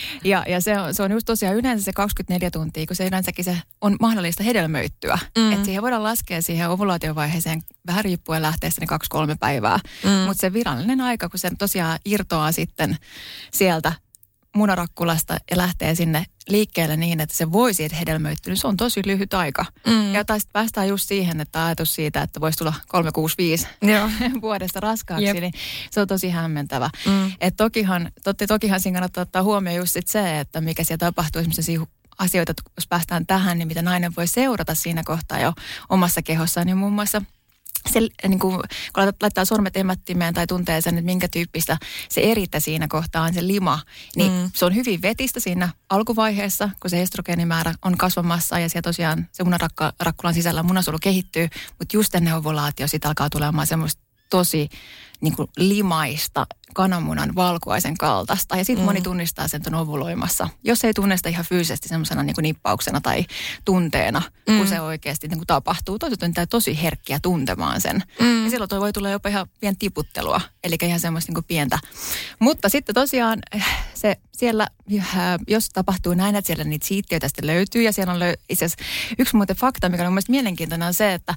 ja se on just tosiaan yleensä se 24 tuntia, kun se yleensäkin se on mahdollista hedelmöittyä. Että siihen voidaan laskea siihen ovulaatiovaiheeseen vähän riippuen lähteessä ne 2-3 päivää. Mutta se virallinen aika, kun se tosiaan irtoaa sitten sieltä munarakkulasta ja lähtee sinne liikkeelle niin, että se voisi hedelmöittyä, niin se on tosi lyhyt aika. Ja taas päästään just siihen, että ajatus siitä, että voisi tulla 365 vuodessa raskaaksi, niin se on tosi hämmentävä. Että tokihan siinä kannattaa ottaa huomioon just se, että mikä siellä tapahtuu, esimerkiksi asioita, jos päästään tähän, niin mitä nainen voi seurata siinä kohtaa jo omassa kehossaan, niin muun muassa se, niin kun laittaa sormet emättimeen tai tuntee sen, että minkä tyyppistä se erittä siinä kohtaa on se lima, niin se on hyvin vetistä siinä alkuvaiheessa, kun se estrogeenimäärä on kasvamassa ja siellä tosiaan se munarakkulan sisällä munasolu kehittyy, mutta just ennen ovulaatio siitä alkaa tulemaan semmoista tosi niin kuin limaista kananmunan valkuaisen kaltaista. Ja sitten moni tunnistaa sen ton ovuloimassa. Jos ei tunne sitä ihan fyysisesti semmoisena niin kuin nippauksena tai tunteena, kun se oikeasti niin kuin tapahtuu. Toiset on tosi herkkiä tuntemaan sen. Ja silloin voi tulla jopa ihan pientä tiputtelua. Eli ihan semmoista niin kuin pientä. Mutta sitten tosiaan se siellä, jos tapahtuu näin, että siellä niitä siittiöitä sitten löytyy. Ja siellä on itse asiassa yksi muuten fakta, mikä on mun mielestä mielenkiintoinen, on se, että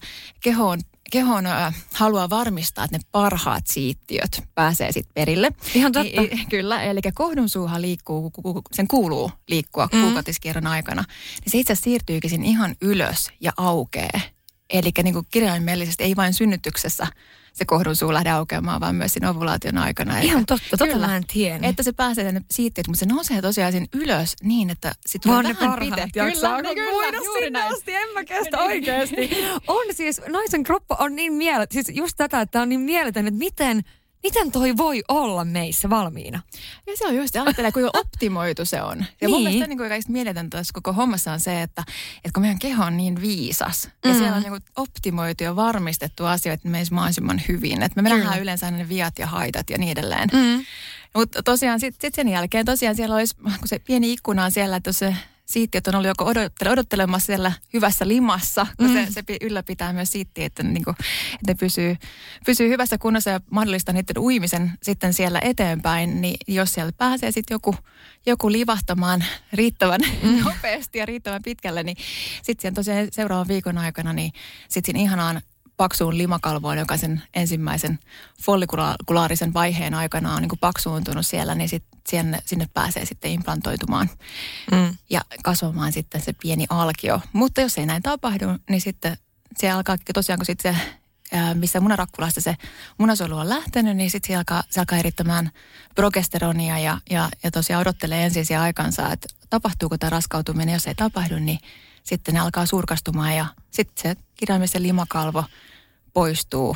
kehoon haluaa varmistaa, että ne parhaat siittiöt pääsee sitten perille. Ihan totta. Kyllä, eli kohdunsuuhan liikkuu, sen kuuluu liikkua kuukautiskierron aikana. Niin se itse asiassa siirtyykin siinä ihan ylös ja aukeaa. Eli niin kuin kirjaimellisesti ei vain synnytyksessä se kohdunsuu lähde aukeamaan, vaan myös siinä ovulaation aikana. Ihan totta mä en tiennyt. Että se pääsee tänne siittiöt, mutta se nousee tosiaan sen ylös niin, että se tulee vähän pite. Kyllä, juuri näin. En mä kestä oikeasti. On siis, naisen kroppa on niin mieletön, siis just tätä, että on niin mieletön, että miten miten toi voi olla meissä valmiina? Ja se on just, ajattelee, kuinka optimoitu se on. Ja mun mielestä niin kuin kaikista mieletöntä tässä koko hommassa on se, että kun meidän keho on niin viisas, ja siellä on niin kuin optimoitu ja varmistettu asioita meissä mahdollisimman hyvin. Että me nähdään yleensä ne viat ja haitat ja niin edelleen. Mutta tosiaan sit sen jälkeen tosiaan siellä olisi, kun se pieni ikkuna on siellä, että jos se siittiöt on ollut joko odottelemassa siellä hyvässä limassa, kun se ylläpitää myös siittiä, että ne pysyy hyvässä kunnossa ja mahdollistaa niiden uimisen sitten siellä eteenpäin, niin jos siellä pääsee sitten joku livahtamaan riittävän nopeasti ja riittävän pitkälle, niin sitten tosiaan seuraavan viikon aikana, niin sitten siinä ihanaan paksuun limakalvoon, joka sen ensimmäisen follikulaarisen vaiheen aikana on niin kuin paksuuntunut siellä, niin sinne pääsee sitten implantoitumaan ja kasvamaan sitten se pieni alkio. Mutta jos ei näin tapahdu, niin sitten se alkaa tosiaan, kun sitten se, missä munarakkulasta se munasolu on lähtenyt, niin sitten se alkaa erittämään progesteronia ja tosiaan odottelee ensin siihen aikansa, että tapahtuuko tämä raskautuminen. Jos ei tapahdu, niin sitten ne alkaa surkastumaan ja sitten se kirjaimellisen limakalvo poistuu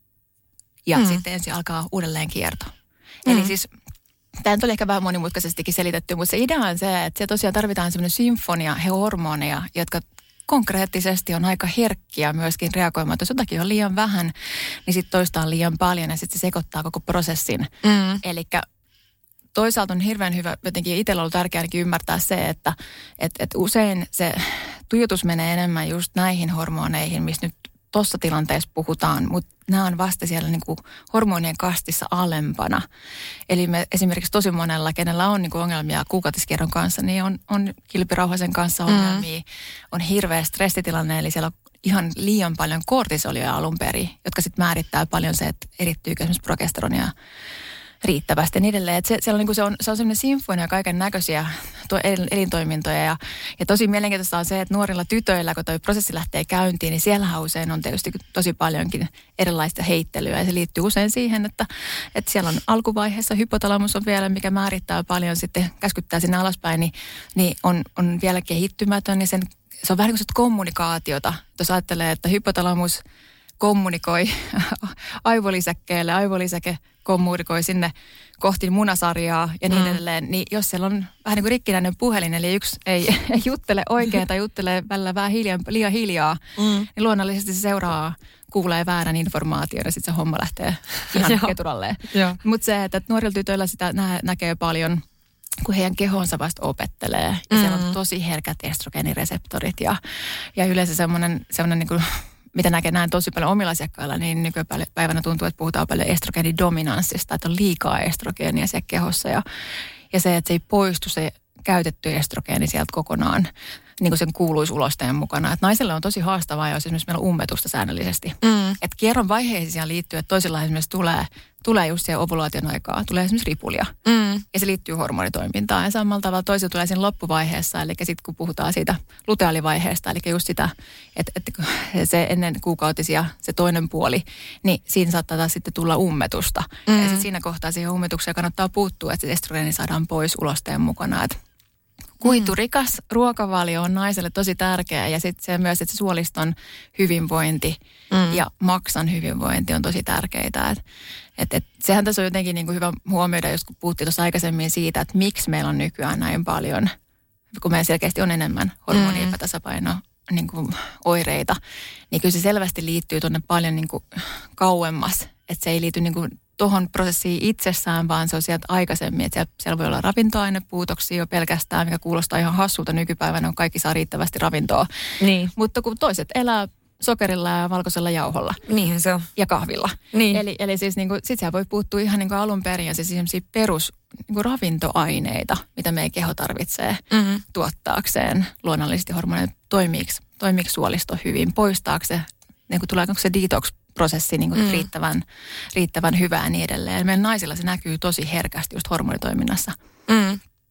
ja sitten ensin alkaa uudelleen kierto. Eli siis tämä nyt oli ehkä vähän monimutkaisestikin selitetty, mutta se idea on se, että tosiaan tarvitaan semmoinen symfonia hormoneja, jotka konkreettisesti on aika herkkiä myöskin reagoimaan. Jos jotakin on liian vähän, niin sitten toista on liian paljon ja sitten se sekoittaa koko prosessin. Elikkä toisaalta on hirveän hyvä, jotenkin itsellä on ollut tärkeää ymmärtää se, että usein se tuijotus menee enemmän just näihin hormoneihin, missä nyt tuossa tilanteessa puhutaan, mutta nämä on vasta siellä niin kuin hormonien kastissa alempana. Eli me esimerkiksi tosi monella, kenellä on niin kuin ongelmia kuukautiskierron kanssa, niin on kilpirauhasen kanssa ongelmia, on hirveä stressitilanne, eli siellä on ihan liian paljon kortisolia alun perin, jotka sitten määrittää paljon se, että erittyykö esimerkiksi progesteronia riittävästi ja niin edelleen. Että se on sellainen sinfonia kaiken näköisiä elintoimintoja ja tosi mielenkiintoista on se, että nuorilla tytöillä, kun tuo prosessi lähtee käyntiin, niin siellähän usein on tietysti tosi paljonkin erilaista heittelyä ja se liittyy usein siihen, että siellä on alkuvaiheessa hypotalamus on vielä, mikä määrittää paljon sitten, käskyttää sinne alaspäin, niin on vielä kehittymätön ja se on vähän niin kuin kommunikaatiota. Jos ajattelee, että hypotalamus kommunikoi aivolisäkkeelle, aivolisäke kommunikoi sinne kohti munasarjaa ja niin edelleen, niin jos siellä on vähän niin kuin rikkinäinen puhelin, eli yksi ei juttele oikein tai juttelee välillä vähän liian hiljaa, niin luonnollisesti se kuulee väärän informaation ja sitten se homma lähtee ihan keturalleen. Mutta se, että nuorilla tytöillä sitä näkee paljon, kun heidän kehonsa vasta opettelee. Ja siellä on tosi herkät estrogeenireseptorit ja yleensä semmoinen niin kuin mitä näen tosi paljon omilla asiakkailla, niin nykypäivänä tuntuu, että puhutaan paljon estrogeenidominanssista, että on liikaa estrogeenia siellä kehossa. Ja se, että se ei poistu se käytetty estrogeeni sieltä kokonaan, niin kuin sen kuuluisi ulosteen mukana. Että naiselle on tosi haastavaa, jos esimerkiksi meillä on ummetusta säännöllisesti. Että kierron vaiheisiin liittyy, että toisilla esimerkiksi tulee just siihen ovulaation aikaa, tulee esimerkiksi ripulia. Ja se liittyy hormonitoimintaan. Ja samalla tavalla toisilla tulee siinä loppuvaiheessa, eli sitten kun puhutaan siitä lutealivaiheesta, eli just sitä, että se ennen kuukautisia se toinen puoli, niin siinä saattaa taas sitten tulla ummetusta. Ja sitten siinä kohtaa siihen ummetukseen kannattaa puuttua, että se estrogeeni saadaan pois ulosteen mukana. Kuiturikas ruokavalio on naiselle tosi tärkeä ja sitten se myös, että se suoliston hyvinvointi ja maksan hyvinvointi on tosi tärkeitä. Sehän tässä on jotenkin niin kuin hyvä huomioida, jos kun puhuttiin tuossa aikaisemmin siitä, että miksi meillä on nykyään näin paljon, kun meillä selkeästi on enemmän hormoniepätasapaino niin kuin oireita, niin kyllä se selvästi liittyy tuonne paljon niin kuin kauemmas, että se ei liity niin kuin tuohon prosessiin itsessään, vaan se on sieltä aikaisemmin, että siellä voi olla ravintoainepuutoksia jo pelkästään, mikä kuulostaa ihan hassulta nykypäivänä, on kaikki saa riittävästi ravintoa. Niin. Mutta kun toiset elää sokerilla ja valkoisella jauholla. Niinhän se on. Ja kahvilla. Niin. Eli siis niin kuin, sit siellä voi puuttua ihan niin kuin alun perin ja siis sellaisia perus niin kuin ravintoaineita, mitä meidän keho tarvitsee tuottaakseen luonnollisesti hormoneja toimiiksi suolisto hyvin, poistaako se, niin kuin tuleeko se detox-prosessi niin kuin riittävän hyvää ja niin edelleen. Meidän naisilla se näkyy tosi herkästi just hormonitoiminnassa.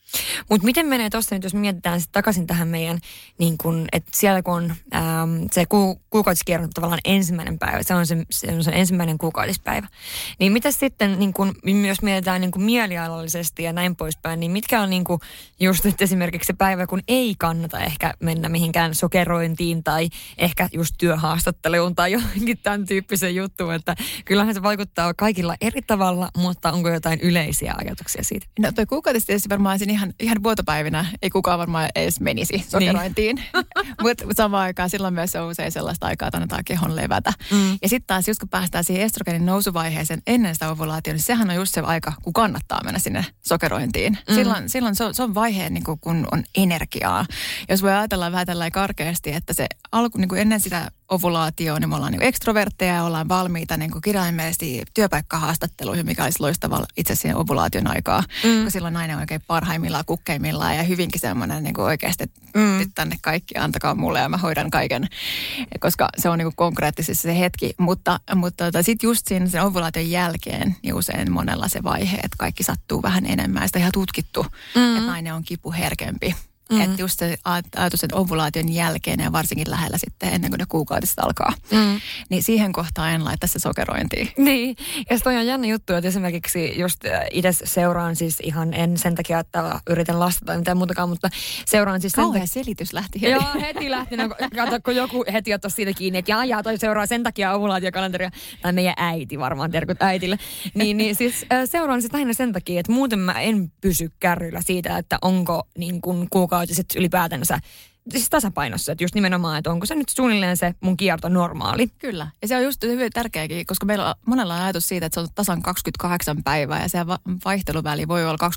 Mutta miten menee tuossa nyt, jos mietitään sitten takaisin tähän meidän, niin kun, että siellä kun on se kuukautiskierto tavallaan ensimmäinen päivä, se on se ensimmäinen kuukautispäivä. Niin mitä sitten, niin kun, myös mietitään niin kun mielialallisesti ja näin poispäin, niin mitkä on niin kun just nyt esimerkiksi se päivä, kun ei kannata ehkä mennä mihinkään sokerointiin tai ehkä just työhaastatteluun tai johonkin tämän tyyppisen juttuun, että kyllähän se vaikuttaa kaikilla eri tavalla, mutta onko jotain yleisiä ajatuksia siitä? No toi kuukautis tietysti varmaan ihan vuotopäivinä ei kukaan varmaan edes menisi sokerointiin. Niin. Mutta samaan aikaan silloin myös on usein sellaista aikaa, että annetaan kehon levätä. Ja sitten taas just kun päästään siihen estrogenin nousuvaiheeseen ennen sitä ovulaatiota, niin sehän on just se aika, kun kannattaa mennä sinne sokerointiin. Silloin se on vaihe, niin kun on energiaa. Jos voi ajatella vähän tällainen karkeasti, että se alku niin kuin ennen sitä ovulaatioon, niin me ollaan niin ekstrovertteja ja ollaan valmiita niin kirjaimellisesti työpaikkahaastatteluihin, mikä olisi loistavaa itse siihen ovulaation aikaa. Kun silloin nainen on oikein parhaimmillaan, kukkeimmillaan ja hyvinkin semmoinen niin oikeasti, että tänne kaikki, antakaa mulle ja mä hoidan kaiken, koska se on niin konkreettisesti se hetki. Mutta sitten just siinä sen ovulaation jälkeen niin usein monella se vaihe, että kaikki sattuu vähän enemmän. Ja sitä on ihan tutkittu, että nainen on kipuherkempi. Että just se ajatus, että ovulaation jälkeen ja varsinkin lähellä sitten ennen kuin ne kuukautiset alkaa. Niin siihen kohtaan en laita se sokerointiin. Niin, ja toi on jännä juttu, että esimerkiksi just itse seuraan siis ihan en sen takia, että yritän lastata tai mitään muutakaan, mutta seuraan siis kauhean selitys lähti heti. Joo, heti lähti. No, kato, kun joku heti ottaisi siitä kiinni, että jaa, toi seuraa sen takia ovulaatiokalenteria. Tai meidän äiti varmaan, terkut äitille. Niin siis seuraan sitä lähinnä sen takia, että muuten mä en pysy kärryillä siitä, että onko niin kuin kuukautiset ylipäätänsä siis tasapainossa, että just nimenomaan, että onko se nyt suunnilleen se mun kierto normaali. Kyllä. Ja se on just hyvin tärkeäkin, koska meillä on monella ajatus siitä, että se on tasan 28 päivää ja se vaihteluväli voi olla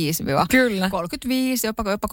25-35, jopa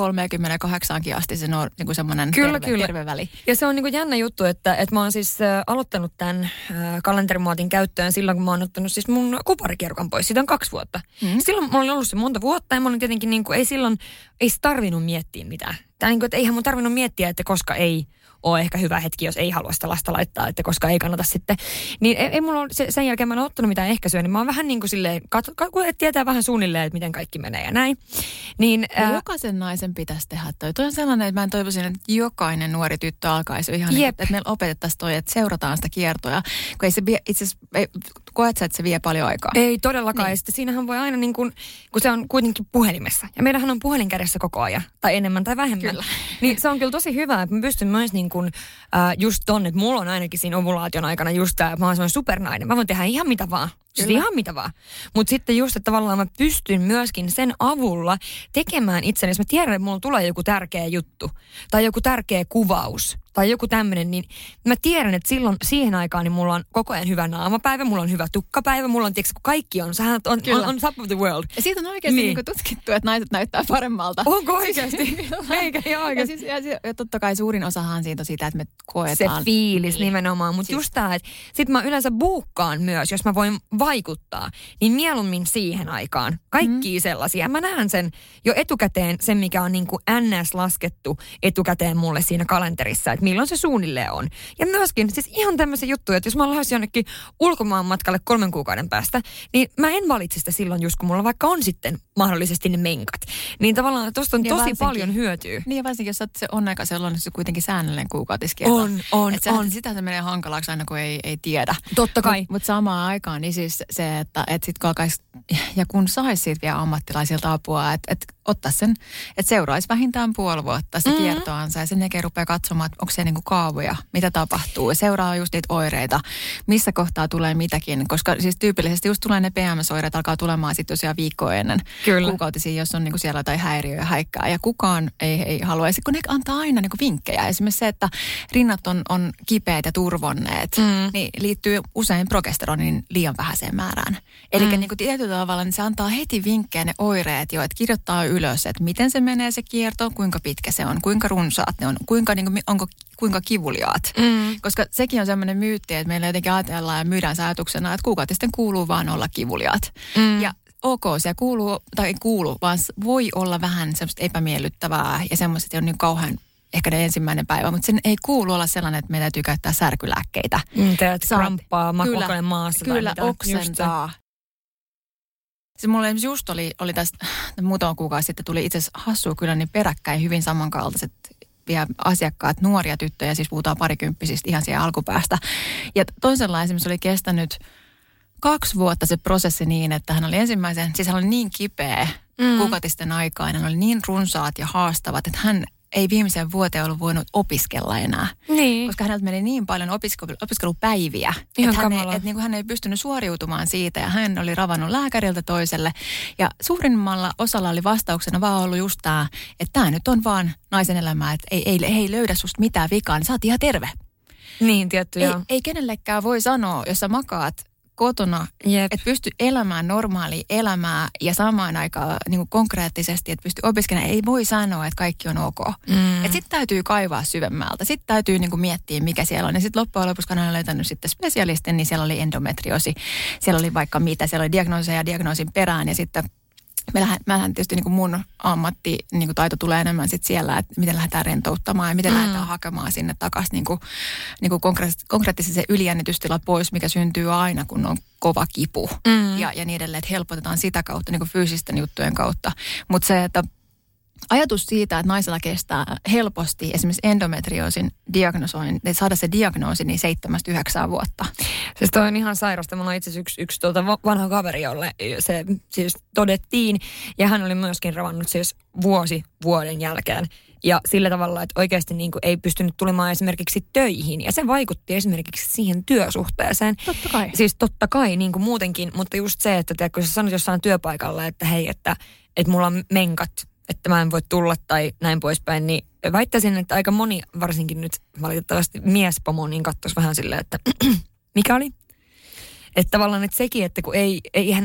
38 asti se on niin kuin semmoinen terve väli. Ja se on niin kuin jännä juttu, että mä oon siis aloittanut tämän kalenterimuotin käyttöön silloin, kun mä oon ottanut siis mun kuparikierukan pois. Siitä on 2 vuotta. Silloin mulla oli ollut se monta vuotta ja mä olin tietenkin niin kuin, ei tarvinnut miettiä mitään. Tai niin kuin, että eihän mun tarvinnut miettiä, että koska ei ole ehkä hyvä hetki, jos ei halua sitä lasta laittaa, että koska ei kannata sitten. Niin ei mulla ole, sen jälkeen mä en ole ottanut mitään ehkäisyä, niin mä oon vähän niin kuin silleen, kun tietää vähän suunnilleen, että miten kaikki menee ja näin. Niin, jokaisen naisen pitäisi tehdä toi. Toi on sellainen, että mä toivoisin, että jokainen nuori tyttö alkaisi ihan niin, että meillä opetettaisiin toi, että seurataan sitä kiertoa. Kun ei se itse asiassa, koet sä, että se vie paljon aikaa? Ei todellakaan. Niin. Ja sitten siinähän voi aina niin kuin, kun se on kuitenkin puhelimessa. Ja meillähän on puhelin kädessä koko ajan. Tai enemmän tai vähemmän. Kyllä. Niin se on kyllä tosi hyvä, että mä pystyn myös niin kuin, just tonne, että mulla on ainakin siinä ovulaation aikana just tämä, että mä oon semmoinen supernainen. Mä voin tehdä ihan mitä vaan. Siis ihan mitä vaan. Mutta sitten just, että tavallaan mä pystyn myöskin sen avulla tekemään itseni, jos mä tiedän, että mulla tulee joku tärkeä juttu tai joku tärkeä kuvaus tai joku tämmöinen, niin mä tiedän, että silloin siihen aikaan niin mulla on koko ajan hyvä naamapäivä, mulla on hyvä tukkapäivä, mulla on, tiedätkö, kun kaikki on, sähän on top of the world. Ja siitä on oikeasti niin tutkittu, että naiset näyttää paremmalta. Onko oikeasti? Eikä ihan oikeasti. Ja totta kai suurin osahan siitä on sitä, että me koetaan. Se fiilis nimenomaan, mutta just tämä, että sit mä yleensä buukkaan myös, jos mä voin vaikuttaa, niin mieluummin siihen aikaan. Kaikkia sellaisia. Mä näen sen jo etukäteen, sen mikä on niin kuin NS laskettu etukäteen mulle siinä kalenterissa, että milloin se suunnilleen on. Ja myöskin siis ihan tämmöisiä juttuja, että jos mä lähdössä jonnekin ulkomaan matkalle 3 kuukauden päästä, niin mä en valitse sitä silloin just kun mulla vaikka on sitten mahdollisesti ne menkat. Niin tavallaan tosta on tosi paljon hyötyä. Niin ja varsinkin, jos se on aika sellainen, se kuitenkin säännöllinen kuukautiskierto. On. Sitä se menee hankalaksi aina, kun ei tiedä. Totta kai. Mutta samaan aikaan niin siis se, että sit kun alkaisi, ja kun saisi siitä vielä ammattilaisilta apua, että ottaa sen, että seuraisi vähintään puoli vuotta sitä kiertoansa ja sen jälkeen rupeaa katsomaan, että onko se niinku kaavoja, mitä tapahtuu. Ja seuraa just niitä oireita, missä kohtaa tulee mitäkin, koska siis tyypillisesti just tulee ne PMS-oireet, alkaa tulemaan sitten tosiaan viikkoa ennen kuukautisia, jos on niinku siellä jotain häiriöä ja häikkää. Ja kukaan ei halua, ja kun ne antaa aina niinku vinkkejä. Esimerkiksi se, että rinnat on kipeät ja turvonneet, niin liittyy usein progesteronin liian vähäiseen määrään. Eli niinku tietyllä tavalla niin se antaa heti vinkkejä ne oireet jo, että kirjoittaa ylös, että miten se menee se kierto, kuinka pitkä se on, kuinka runsaat ne on, kuinka kivuliaat. Koska sekin on semmoinen myytti, että meillä jotenkin ajatellaan ja myydään se ajatuksena, että kuukautisten kuuluu vaan olla kivuliaat. Ja ok, se kuuluu, vaan voi olla vähän semmoista epämiellyttävää ja semmoista, että on niin kauhean ehkä ne ensimmäinen päivä, mutta sen ei kuulu olla sellainen, että meidän täytyy käyttää särkylääkkeitä. Teet kramppaa, makuokone maassa. Kyllä, oksentaa. Siis mulla esimerkiksi just oli tästä muutama kuukausi sitten tuli itse asiassa hassua kyllä niin peräkkäin hyvin samankaltaiset vielä asiakkaat, nuoria tyttöjä, siis puhutaan parikymppisistä ihan siellä alkupäästä. Ja toisenlainen esimerkiksi oli kestänyt 2 vuotta se prosessi niin, että hän oli siis hän oli niin kipeä kuukautisten aikaan, hän oli niin runsaat ja haastavat, että hän ei viimeiseen vuoteen ollut voinut opiskella enää. Niin. Koska häneltä meni niin paljon opiskelupäiviä, että hän ei pystynyt suoriutumaan siitä ja hän oli ravannut lääkäriltä toiselle. Ja suurimmalla osalla oli vastauksena vaan ollut just tämä, että tämä nyt on vaan naisen elämää, että ei löydä susta mitään vikaa, niin sä oot ihan terve. Niin, tietty ei kenellekään voi sanoa, jos sä makaat kotona, että pysty elämään normaalia elämää ja samaan aikaan niin kuin konkreettisesti, että pysty opiskelemaan. Ei voi sanoa, että kaikki on ok. Että sitten täytyy kaivaa syvemmältä. Sitten täytyy niin kuin miettiä, mikä siellä on. Ja sitten loppujen lopuksi, kun olen löytänyt sitten spesialistin, niin siellä oli endometriosi. Siellä oli vaikka mitä. Siellä oli diagnooseja ja diagnoosin perään. Ja sitten mähän tietysti niin kuin mun ammatti niin kuin taito tulee enemmän sitten siellä, että miten lähdetään rentouttamaan ja miten lähdetään hakemaan sinne takaisin niin kuin konkreettisesti se ylijännitystila pois, mikä syntyy aina, kun on kova kipu ja niin edelleen, että helpotetaan sitä kautta niin kuin fyysisten juttujen kautta. Mutta se, että ajatus siitä, että naisella kestää helposti esimerkiksi endometrioosin diagnosoin, että saada se diagnoosi niin 7-9 vuotta. Siis toi on ihan sairasta. Mulla on itse asiassa yksi vanha kaveri, jolle se siis todettiin. Ja hän oli myöskin ravannut siis vuoden jälkeen. Ja sillä tavalla, että oikeasti niin kuin ei pystynyt tulemaan esimerkiksi töihin. Ja se vaikutti esimerkiksi siihen työsuhteeseen. Totta kai. Siis totta kai niin kuin muutenkin. Mutta just se, että kun sä sanot jossain työpaikalla, että hei, että mulla on menkat, että mä en voi tulla tai näin poispäin, niin väittäisin, että aika moni, varsinkin nyt valitettavasti miespomo, niin katsoisi vähän silleen, että mikä oli? Että tavallaan että sekin, että kun eihän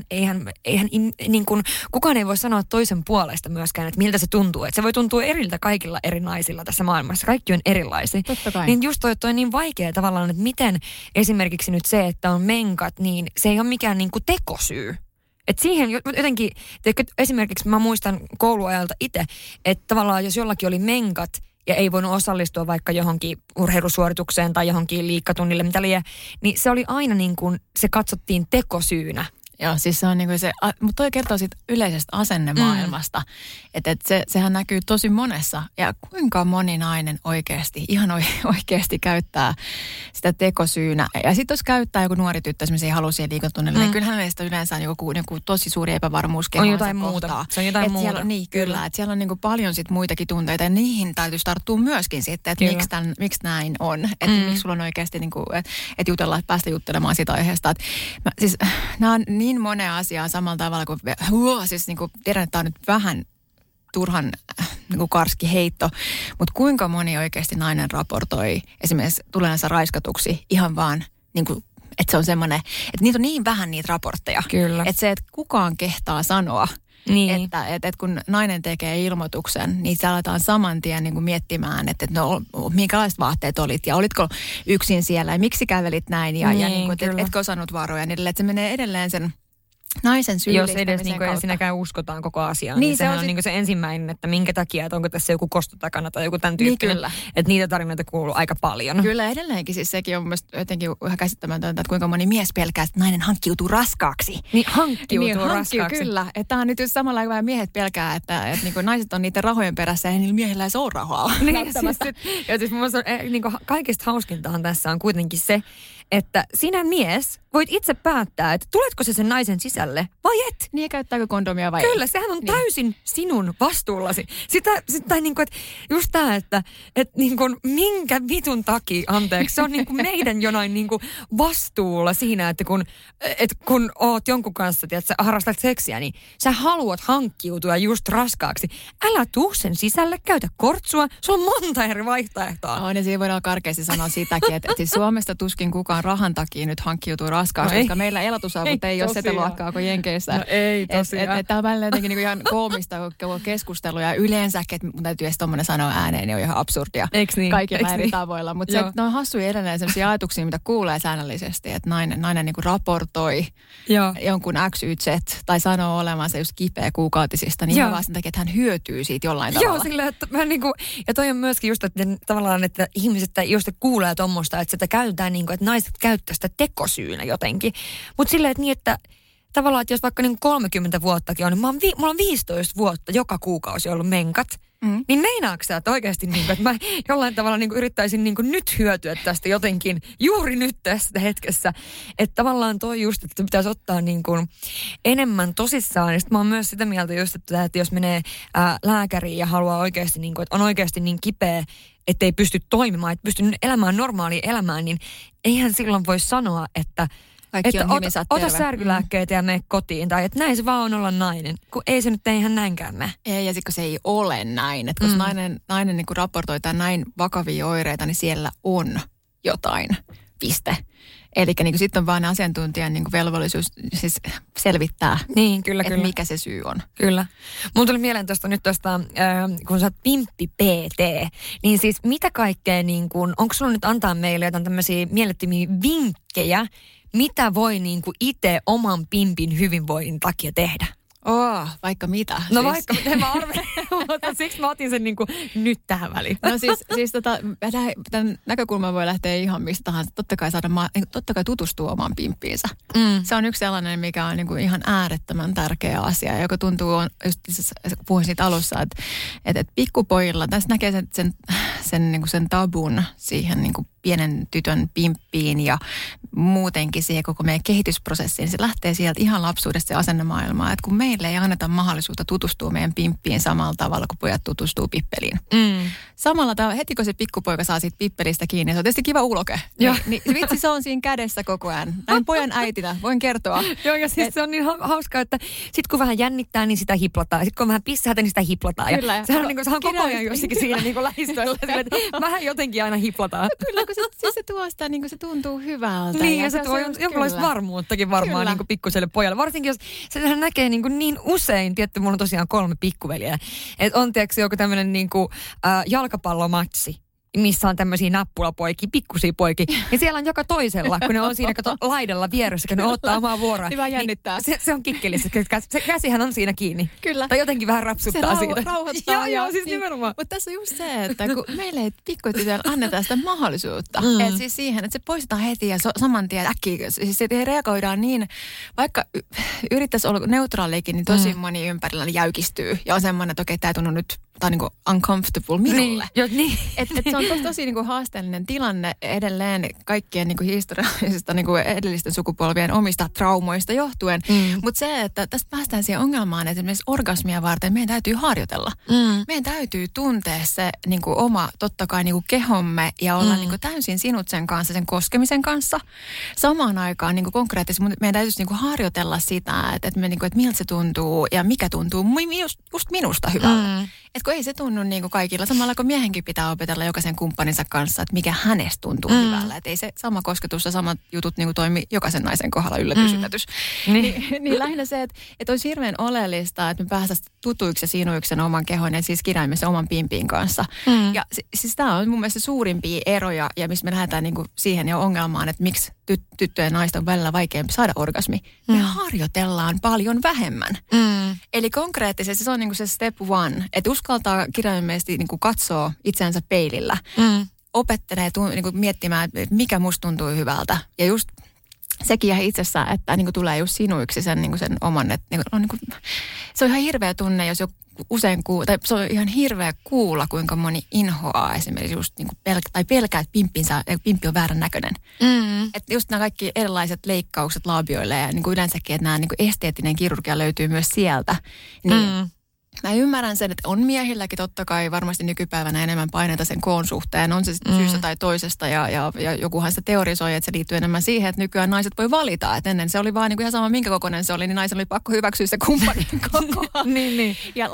niin kuin, kukaan ei voi sanoa toisen puolesta myöskään, että miltä se tuntuu. Että se voi tuntua eriltä kaikilla eri naisilla tässä maailmassa. Kaikki on erilaisia. Totta kai. Niin just toi niin vaikea tavallaan, että miten esimerkiksi nyt se, että on menkat, niin se ei ole mikään niin kuin tekosyy. Että siihen jotenkin, esimerkiksi mä muistan kouluajalta itse, että tavallaan jos jollakin oli menkat ja ei voinut osallistua vaikka johonkin urheilusuoritukseen tai johonkin liikkatunnille, mitä liian, niin se oli aina niin kuin se katsottiin tekosyynä. Joo, siis se on niin kuin se, mutta toi kertoo siitä yleisestä asennemaailmasta, että sehän näkyy tosi monessa. Ja kuinka moni nainen oikeasti, ihan oikeasti käyttää sitä tekosyynä. Ja sitten jos käyttää joku nuori tyttö, esimerkiksi ei halua siihen liikatunnille, niin kyllähän meistä yleensä on joku tosi suuri epävarmuus kehoansa. On jotain muuta. Se on jotain muuta. Siellä, niin, kyllä. Että siellä on niin kuin paljon sit muitakin tunteita ja niihin täytyisi tarttua myöskin sitten, että miksi näin on. Että miksi sulla on oikeasti, niin kuin, että päästä juttelemaan siitä aiheesta. Siis nämä on niin monea asiaa samalla tavalla kuin, siis niin kuin, tiedän, että tämä on nyt vähän turhan niin kuin karski heitto, mutta kuinka moni oikeasti nainen raportoi esimerkiksi tuleensa raiskatuksi ihan vaan, niin kuin, että se on semmoinen, että niitä on niin vähän niitä raportteja. Kyllä. Että se, että kukaan kehtaa sanoa, niin. Että kun nainen tekee ilmoituksen, niin se aletaan saman tien niin kuin miettimään, että no, minkälaiset vaatteet olit ja olitko yksin siellä ja miksi kävelit näin ja niin kuin, että etkö osannut varoja niin edelleen, että se menee edelleen sen naisen syyllistämisen jos edes niin kuin ensinnäkään uskotaan koko asiaan, niin sehän on niin kuin se ensimmäinen, että minkä takia, että onko tässä joku kosto takana tai joku tämän tyyppinen. Niin, että niitä tarinoita kuuluu aika paljon. Kyllä edelleenkin, siis sekin on mun mielestä jotenkin ihan käsittämätöntä, että kuinka moni mies pelkää, että nainen hankkiutuu raskaaksi. Niin hankkiutuu raskaaksi. Kyllä, että tämä on nyt just samalla kuin miehet pelkää, että niin kuin naiset on niiden rahojen perässä ja niillä miehillä ei ole rahaa. Niin, siis mun mielestä niin kuin kaikista hauskintahan tässä on kuitenkin se, että sinä mies voit itse päättää, että tuletko se sen naisen sisälle vai et. Niin, käyttääkö kondomia vai Kyllä, sehän on täysin sinun vastuullasi. Sitä niin kuin, että just tämä, että niin kuin, minkä vitun takia, anteeksi, se on niin kuin meidän jonain niin kuin vastuulla siinä, että kun oot jonkun kanssa, tiedät, sä harrastat seksiä, niin sä haluat hankkiutua just raskaaksi. Älä tuu sen sisälle, käytä kortsua, sulla on monta eri vaihtoehtoa. On, ja siinä voidaan karkeasti sanoa sitäkin, että siis Suomesta tuskin kukaan rahan takia nyt hankkiutuu raskaaksi, koska meillä elatusavut ei ole sitä luokkaa kuin Jenkeissä. No ei tosiaan. Tämä on välillä jotenkin niin ihan koomista keskustelua ja yleensäkin, että mun täytyy edes tommoinen sanoa ääneen, niin on ihan absurdia. Eiks niin? Kaikilla eri tavoilla. Mutta se, ne on hassuja edelleen sellaisia ajatuksia, mitä kuulee säännöllisesti, että nainen niin kuin raportoi jonkun XYZ tai sanoo olevansa just kipeä kuukautisista, niin vaan sen takia, että hän hyötyy siitä jollain tavalla. Joo, silleen, että mä niin kuin, ja toi on myöskin just, että tavallaan, että ihmiset just kuulee tommoista, että sitä käytetään niin kuin, että naiset käyttää sitä tekosyynä jotenkin. Mutta silleen, että niin, että tavallaan, että jos vaikka niin 30 vuottakin on, niin mulla on 15 vuotta joka kuukausi ollut menkat. Niin meinaatko sä, että oikeasti, niin kuin, että mä jollain tavalla niin kuin yrittäisin niin kuin nyt hyötyä tästä jotenkin, juuri nyt tässä hetkessä. Että tavallaan toi just, että pitäisi ottaa niin kuin enemmän tosissaan. Ja sitten mä oon myös sitä mieltä just, että jos menee lääkäriin ja haluaa oikeasti, niin kuin, että on oikeasti niin kipeä, että ei pysty toimimaan, että pysty elämään normaalia elämään, niin eihän silloin voi sanoa, että ota särkylääkkeitä ja mene kotiin. Tai että näin se vaan on olla nainen. Kun ei se nyt ihan näinkään mene. Ei, ja sitten se ei ole näin. Että koska nainen niin kun raportoi näin vakavia oireita, niin siellä on jotain. Piste. Eli niin sitten on vaan asiantuntijan niin velvollisuus siis selvittää, niin, kyllä. Mikä se syy on. Kyllä. Mun tuli mieleen tuosta, kun sä oot pimppi PT, niin siis mitä kaikkea, niin kun, onko sulla nyt antaa meille jotain tämmöisiä mielettömiä vinkkejä, mitä voi niin kuin itse oman pimpin hyvinvoinnin takia tehdä? Vaikka mitä. No siis. Vaikka mitä, mä arvelin, mutta siksi mä otin sen niin kuin nyt tähän väliin. No siis tämän näkökulman voi lähteä ihan mistä tahansa. Totta kai tutustua omaan pimppiinsä. Se on yksi sellainen, mikä on niin kuin ihan äärettömän tärkeä asia, joka tuntuu, just puhuin siitä alussa, että pikkupojilla, tässä näkee sen tabun siihen niin kuin pienen tytön pimppiin ja muutenkin siihen koko meidän kehitysprosessiin. Se lähtee sieltä ihan lapsuudesta se asennemaailmaa, että kun meille ei anneta mahdollisuutta tutustua meidän pimppiin samalla tavalla, kuin pojat tutustuu pippeliin. Samalla tavalla, heti kun se pikkupoika saa siitä pippelistä kiinni, se on tietysti kiva uloke. Niin vitsi, se on siinä kädessä koko ajan. Näin pojan äitinä, voin kertoa. Joo, ja siis se on niin hauskaa, että sit kun vähän jännittää, niin sitä hiplataan. Sitten kun vähän pissähtä, niin sitä hiplataan. Ja kyllä. Sehän on koko ajan jossakin siinä niin lähistöllä. Vähän jotenkin aina hiplataan. Kyllä, kun se tuo sitä, niin se tuntuu hyvältä. Niin, ja se tuo jonkinlaista varmuuttakin varmaan niin pikkuselle pojalle. Varsinkin, jos se näkee niin usein, tietty, mulla on tosiaan 3 pikkuveliä, että on tiedätkö joku tämmöinen niin jalkapallomatsi, missä on tämmöisiä nappulapoikia, pikkusia poikia. Ja siellä on joka toisella, kun ne on siinä laidalla vieressä, kun ne ottaa omaa vuoroa. Hyvä jännittää. Niin se on kikkelissä. Se käsihän on siinä kiinni. Kyllä. Tai jotenkin vähän rapsuttaa siitä. Se rauhoittaa. Joo, siis nimenomaan. Mutta tässä on just se, että kun meille ei pikkutytöllä anneta sitä mahdollisuutta. Että siis siihen, että se poistetaan heti ja saman tien äkkiä. Siis se reagoidaan niin, vaikka yrittäisi olla neutraalikin, niin tosi moni ympärillä jäykistyy. Ja on semmoinen, että okei, tämä ei tunnu nyt, tämä on niin kuin uncomfortable minulle. Niin. Et se on tosi niin kuin haasteellinen tilanne edelleen kaikkien niin kuin historiallisista niin kuin edellisten sukupolvien omista traumoista johtuen. Mutta se, että tästä päästään siihen ongelmaan, että esimerkiksi orgasmia varten meidän täytyy harjoitella. Meidän täytyy tuntea se niin kuin oma, totta kai niin kuin kehomme ja olla niin kuin täysin sinut sen kanssa, sen koskemisen kanssa. Samaan aikaan niin kuin konkreettisesti meidän täytyisi niin kuin harjoitella sitä, että miltä se tuntuu ja mikä tuntuu just minusta hyvältä. Että kun ei se tunnu niin kuin kaikilla, samalla kun miehenkin pitää opetella jokaisen kumppaninsa kanssa, että mikä hänestä tuntuu hyvällä. Että ei se sama kosketus ja samat jutut niin kuin toimi jokaisen naisen kohdalla yllätys. Niin lähinnä se, että olisi hirveän oleellista, että me päästäisiin tutuiksi ja sinuiksi sen oman kehon ja siis kirjaimessa oman pimpin kanssa. Ja siis tämä on mun mielestä suurimpia eroja ja missä me lähdetään niin kuin siihen jo ongelmaan, että miksi tyttöjen ja naisten on välillä vaikeampi saada orgasmi. Me harjoitellaan paljon vähemmän. Eli konkreettisesti se on niin kuin se step one, että uskaltaa kirjaimellisesti niin kuin katsoa itseänsä peilillä. Opettelee niin kuin miettimään, että mikä musta tuntuu hyvältä. Ja just sekin ihan itsessään, että niin kuin tulee just sinuiksi sen, niin kuin sen oman. Että, niin kuin, se on ihan hirveä tunne, jos joku usein tai se on ihan hirveä kuulla, kuinka moni inhoaa esimerkiksi just niin kuin pelkää, että pimppi on väärän näköinen. Että just nämä kaikki erilaiset leikkaukset labioille ja niin kuin yleensäkin, että nämä niin kuin esteettinen kirurgia löytyy myös sieltä. Niin mä ymmärrän sen, että on miehilläkin totta kai varmasti nykypäivänä enemmän paineita sen koon suhteen. On se sitten syystä tai toisesta ja jokuhan sitä teorisoi, että se liittyy enemmän siihen, että nykyään naiset voi valita. Että ennen se oli vaan niin kuin ihan sama minkä kokoinen se oli, niin naisen oli pakko hyväksyä se kumppanin koko. niin. Ja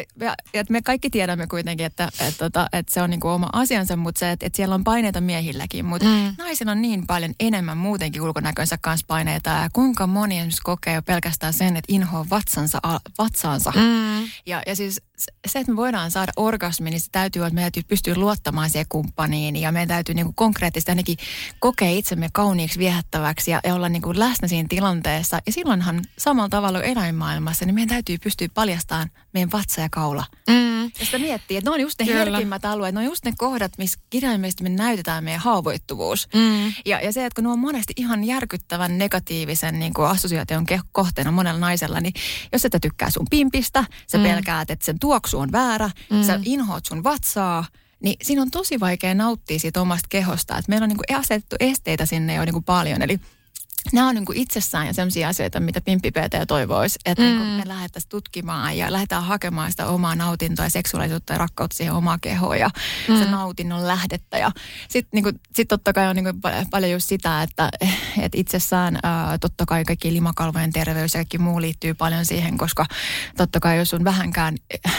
me kaikki tiedämme kuitenkin, että se on niin kuin oma asiansa, mutta se, että siellä on paineita miehilläkin. Mutta naisilla on niin paljon enemmän muutenkin ulkonäkönsä kanssa paineita. Ja kuinka moni esimerkiksi kokee jo pelkästään sen, että inhoa vatsaansa. Ja siis se, että me voidaan saada orgasmi, niin se täytyy, että meidän täytyy pystyä luottamaan siihen kumppaniin ja meidän täytyy niin kuin konkreettisesti ainakin kokea itsemme kauniiksi, viehättäväksi ja olla niin kuin läsnä siinä tilanteessa. Ja silloinhan samalla tavalla kuin eläinmaailmassa, niin meidän täytyy pystyä paljastamaan meidän vatsa ja kaula. Ja sitä miettii, että ne on just ne herkimmät alueet, ne on just ne kohdat, missä kirjaimellisesti me näytetään meidän haavoittuvuus. Ja se, että kun ne on monesti ihan järkyttävän negatiivisen niin kuin assosiaation kohteena monella naisella, niin jos sä tykkää sun pimpistä, sä pelkäät, että sen tuoksu on väärä, sä inhoat sun vatsaa, niin siinä on tosi vaikea nauttia siitä omasta kehosta. Että meillä on niin kuin asetettu esteitä sinne jo niin kuin paljon, eli nämä on niin kuin itsessään ja sellaisia asioita, mitä Pimppi-PT toivoisi, että niin kuin me lähdettäisiin tutkimaan ja lähdetään hakemaan sitä omaa nautintoa ja seksuaalisuutta ja rakkautta siihen omaa kehoon ja sen nautinnon lähdettä. Ja sitten niin sit totta kai on niin kuin paljon just sitä, että itsessään totta kai kaikki limakalvojen terveys ja kaikki muu liittyy paljon siihen, koska totta kai jos on vähänkään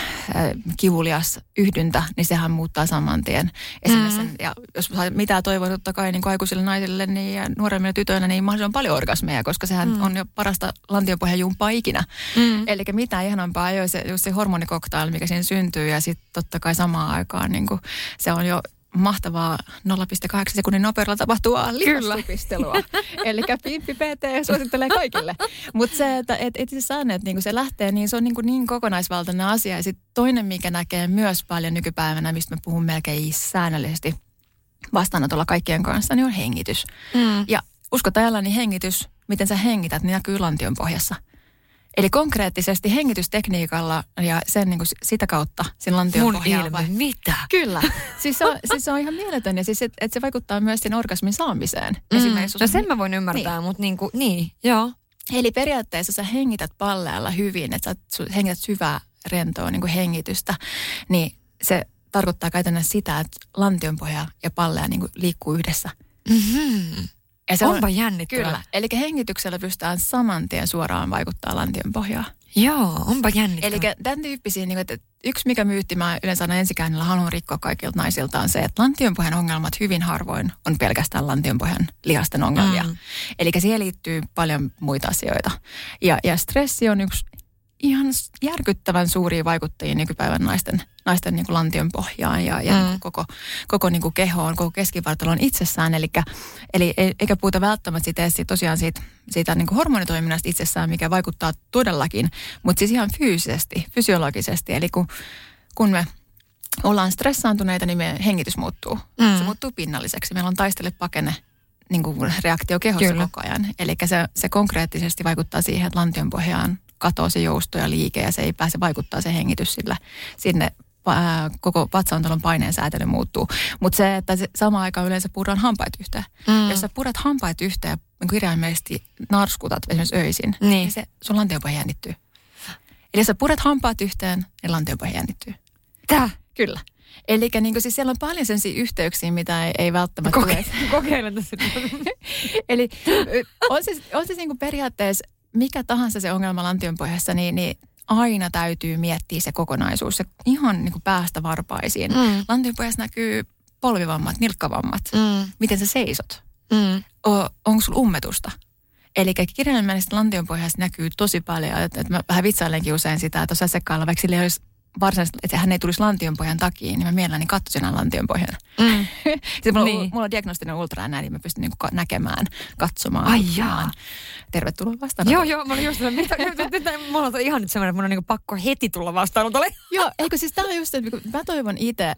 kivulias yhdyntä, niin sehän muuttaa saman tien. Esimerkiksi ja jos mitään toivon totta kai niin kuin aikuisille naisille niin, ja nuoremmille tytöille, niin mahdollisimman paljon orgasmeja, koska sehän on jo parasta lantiopohjan jumppaa ikinä. Eli mitään ihanampaa ei ole just se hormonikoktail, mikä siinä syntyy ja sitten totta kai samaan aikaan niin kuin, se on jo mahtavaa 0,8 sekunnin nopeudella tapahtuvaa lihassupistelua. Eli Pimppi-PT suosittelee kaikille. Mutta se, että itse asiassa että niinku se lähtee, niin se on niin kokonaisvaltainen asia. Ja sitten toinen, mikä näkee myös paljon nykypäivänä, mistä me puhun melkein säännöllisesti vastaanotolla kaikkien kanssa, niin on hengitys. Ja uskotajalla niin hengitys, miten sä hengität, niin näkyy lantion pohjassa. Eli konkreettisesti hengitystekniikalla ja sen niin kuin sitä kautta sen lantion pohjalla. Mitä? Kyllä. Siis se on ihan mieletön ja siis että se vaikuttaa myös sen orgasmin saamiseen. No sen mä voin ymmärtää, mutta joo. Eli periaatteessa sä hengität palleella hyvin, että sä hengität syvää rentoa niin kuin hengitystä, niin se tarkoittaa käytännössä sitä, että lantion pohja ja pallea niin kuin liikkuu yhdessä. Ja se onpa jännittävää. Kyllä. Eli hengityksellä pystytään saman tien suoraan vaikuttaa lantion pohjaan. Joo, onpa jännittävää. Eli tämän tyyppisiä, niin että yksi mikä myytti mä yleensä aina ensikäännöllä haluan rikkoa kaikilta naisilta on se, että lantionpohjan ongelmat hyvin harvoin on pelkästään lantionpohjan lihasten ongelmia. Eli siihen liittyy paljon muita asioita. Ja stressi on yksi ihan järkyttävän suuria vaikuttajia nykypäivän naisten niin kuin lantion pohjaan ja niin kuin koko niin kuin kehoon, koko keskivartalon itsessään. Eli eikä puhuta välttämättä tosiaan siitä niin kuin hormonitoiminnasta itsessään, mikä vaikuttaa todellakin, mutta siis ihan fyysisesti, fysiologisesti. Eli kun me ollaan stressaantuneita, niin meidän hengitys muuttuu. Se muuttuu pinnalliseksi. Meillä on taistele-pakene niin kuin reaktio kehossa koko ajan. Eli se konkreettisesti vaikuttaa siihen, että lantion pohjaan katoaa se jousto ja liike ja se ei pääse vaikuttaa se hengitys sinne koko vatsaontalon paineen säätely muuttuu. Mutta se, että samaan aikaan yleensä purran hampaat yhteen. Jos sä purat hampaat yhteen ja kirjaimellisesti narskutat esimerkiksi öisin, niin se sun lantiopohja jännittyy. Eli jos sä purat hampaat yhteen, niin lantiopohja jännittyy. Tää? Kyllä. Eli niin siis siellä on paljon sellaisia yhteyksiä, mitä ei välttämättä kokeilen tässä. Eli on se niin kuin periaatteessa mikä tahansa se ongelma lantion pohjassa, niin aina täytyy miettiä se kokonaisuus. Se ihan niin kuin päästä varpaisiin. Lantion pohjassa näkyy polvivammat, nilkkavammat. Miten sä seisot? Onko sulla ummetusta? Eli kirjaimellisesti lantion pohjassa näkyy tosi paljon. Että mä vähän vitsailenkin usein sitä, että jos asiakkaalla vaikka sillä ei olisi varsinaisesti, että hän ei tulisi lantionpohjan takia, niin mä mielelläni katsoisin hänen lantionpohjan. Sitten mulla on diagnostinen ultraääni, niin mä pystyn niinku näkemään, katsomaan. Ai jaa. Tervetuloa vastaanotolle. Joo, mä olin just mulla on ihan nyt semmoinen, että mun on niinku pakko heti tulla vastaanotolle. Joo, eikö siis tää on just, että mä toivon itse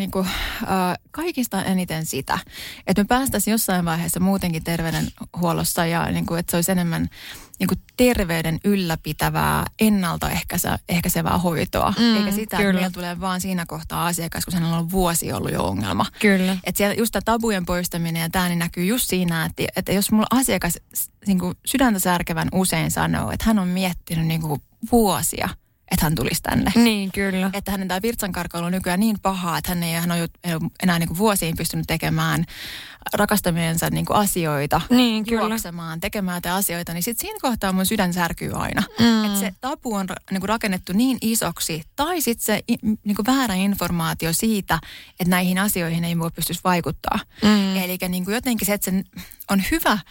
kaikista eniten sitä, että me päästäisiin jossain vaiheessa muutenkin terveydenhuollossa ja niinku, että se olisi enemmän niinku terveyden ylläpitävää, ennaltaehkäisevää hoitoa. Eikä sitä, että meillä tulee vaan siinä kohtaa asiakas, kun hänellä on vuosi ollut jo ongelma. Kyllä. Että siellä just tämä tabujen poistaminen ja tämä niin näkyy just siinä, että jos mulla asiakas niin kuin sydäntä särkevän usein sanoo, että hän on miettinyt niin kuin vuosia, että hän tulisi tänne. Niin, kyllä. Että hänen tämä virtsankarkailu on nykyään niin pahaa, että hän on enää niin kuin vuosiin pystynyt tekemään rakastamiensa niin kuin asioita, niin, juoksemaan, tekemään näitä asioita, niin sitten siinä kohtaa mun sydän särkyy aina. Että se tabu on niin kuin rakennettu niin isoksi, tai sitten se niin kuin väärä informaatio siitä, että näihin asioihin ei voi pystyisi vaikuttaa. Eli niin kuin jotenkin se, että se on hyvä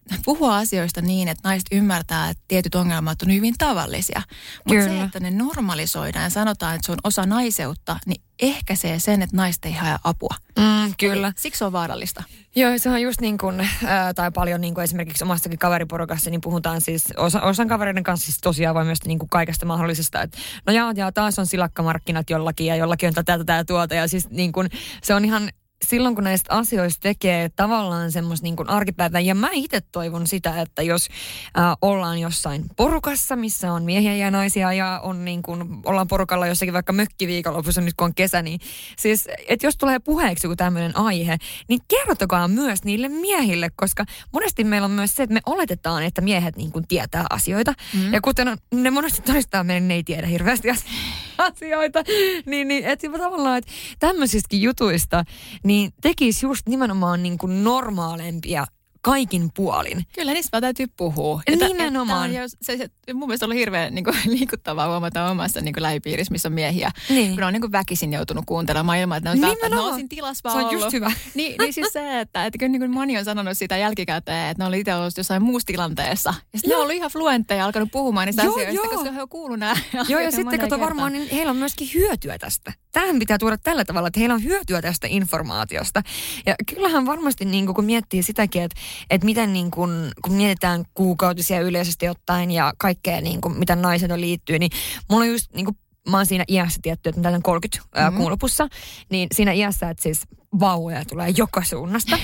puhua asioista niin, että naiset ymmärtää, että tietyt ongelmat on hyvin tavallisia. Mutta se, että ne normalisoidaan ja sanotaan, että se on osa naiseutta, niin ehkäisee sen, että naiset ei hae apua. Kyllä. Siksi se on vaarallista. Joo, se on just niin kuin, tai paljon niin kuin esimerkiksi omassakin kaveriporukassa, niin puhutaan siis osan kavereiden kanssa siis tosiaan vain myös niin kuin kaikesta mahdollisesta. Että no jaa, taas on silakkamarkkinat jollakin ja jollakin on tätä tuota ja siis niin kuin se on ihan silloin, kun näistä asioista tekee tavallaan semmoista niin kuin arkipäivää. Ja mä itse toivon sitä, että jos ollaan jossain porukassa, missä on miehiä ja naisia ja on niin kuin, ollaan porukalla jossakin vaikka mökkiviikonlopussa nyt kun on kesä, niin siis, että jos tulee puheeksi joku tämmöinen aihe, niin kertokaa myös niille miehille, koska monesti meillä on myös se, että me oletetaan, että miehet niin kuin tietää asioita. Ja kuten ne monesti todistaa meille, ne ei tiedä hirveästi asioita. Niin että tavallaan, että tämmöisistäkin jutuista niin tekisi just nimenomaan niin kuin normaalempia kaikin puolin. Kyllä, niistä täytyy puhua. Nimenomaan. Se mun mielestä on ollut hirveän niin kuin, liikuttavaa huomata omassa niin kuin lähipiirissä, missä on miehiä. Niin. Kun on niin kuin väkisin joutunut kuuntelemaan ilman, että ne on että no siinä tilassa vaan ollut. Se on just hyvä. Niin siis se, että kyllä niin kuin moni on sanonut sitä jälkikäteen, että ne oli itse ollut jossain muussa tilanteessa. Ja sitten ne on ollut ihan fluentteja ja alkanut puhumaan niistä asioista, koska he on kuullut nämä. Joo, ja sitten kato varmaan, niin heillä on myöskin hyötyä tästä. Tähän pitää tuoda tällä tavalla, että heillä on hyötyä tästä informaatiosta. Ja kyllähän varmasti niin kun miettii sitäkin, että miten niin kun mietitään kuukautisia yleisesti ottaen ja kaikkea niin kun, mitä naiset liittyy, niin mulla on just niin kun, mä oon siinä iässä tietty, että mitä on 30 kuun lopussa, niin siinä iässä, että siis vauvoja tulee joka suunnasta.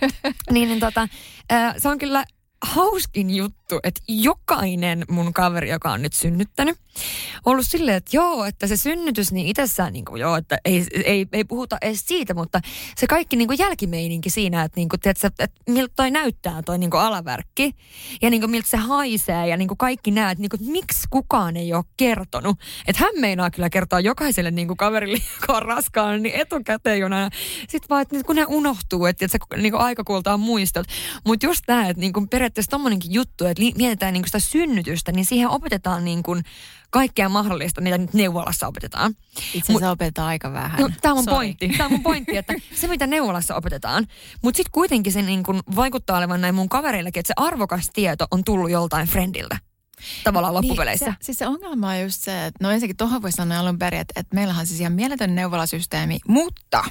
Se on kyllä hauskin juttu, että jokainen mun kaveri, joka on nyt synnyttänyt, on ollut silleen, että joo, että se synnytys niin itsessään, niin kuin joo, että ei puhuta edes siitä, mutta se kaikki niin kuin jälkimeininki siinä, että, niin kuin, tiedätkö, että miltä toi näyttää toi niin kuin alavärkki ja niin kuin, miltä se haisee ja niin kuin kaikki nämä, että, niin kuin, miksi kukaan ei ole kertonut. Että hän meinaa kyllä kertoa jokaiselle niin kuin kaverille, joka on raskaan, niin etukäteen jona. Sitten vaan, että kun ne unohtuu, että se niin kuin aika kultaa muistot. Mutta just tämä, että niin kuin periaatteessa tommonenkin juttu, että mietitään niin kuin sitä synnytystä, niin siihen opetetaan niin kuin kaikkea mahdollista, mitä nyt neuvolassa opetetaan. Itse asiassa opetetaan aika vähän. No, tämä on mun pointti, että se mitä neuvolassa opetetaan, mutta sitten kuitenkin se niin kun vaikuttaa olevan näin mun kavereillekin, että se arvokas tieto on tullut joltain friendiltä. Tavallaan loppupeleissä. Niin, siis se ongelma on just se, että no ensinnäkin tuohon voi sanoa alun perin, että meillähän on siis ihan mieletön neuvolasysteemi, mutta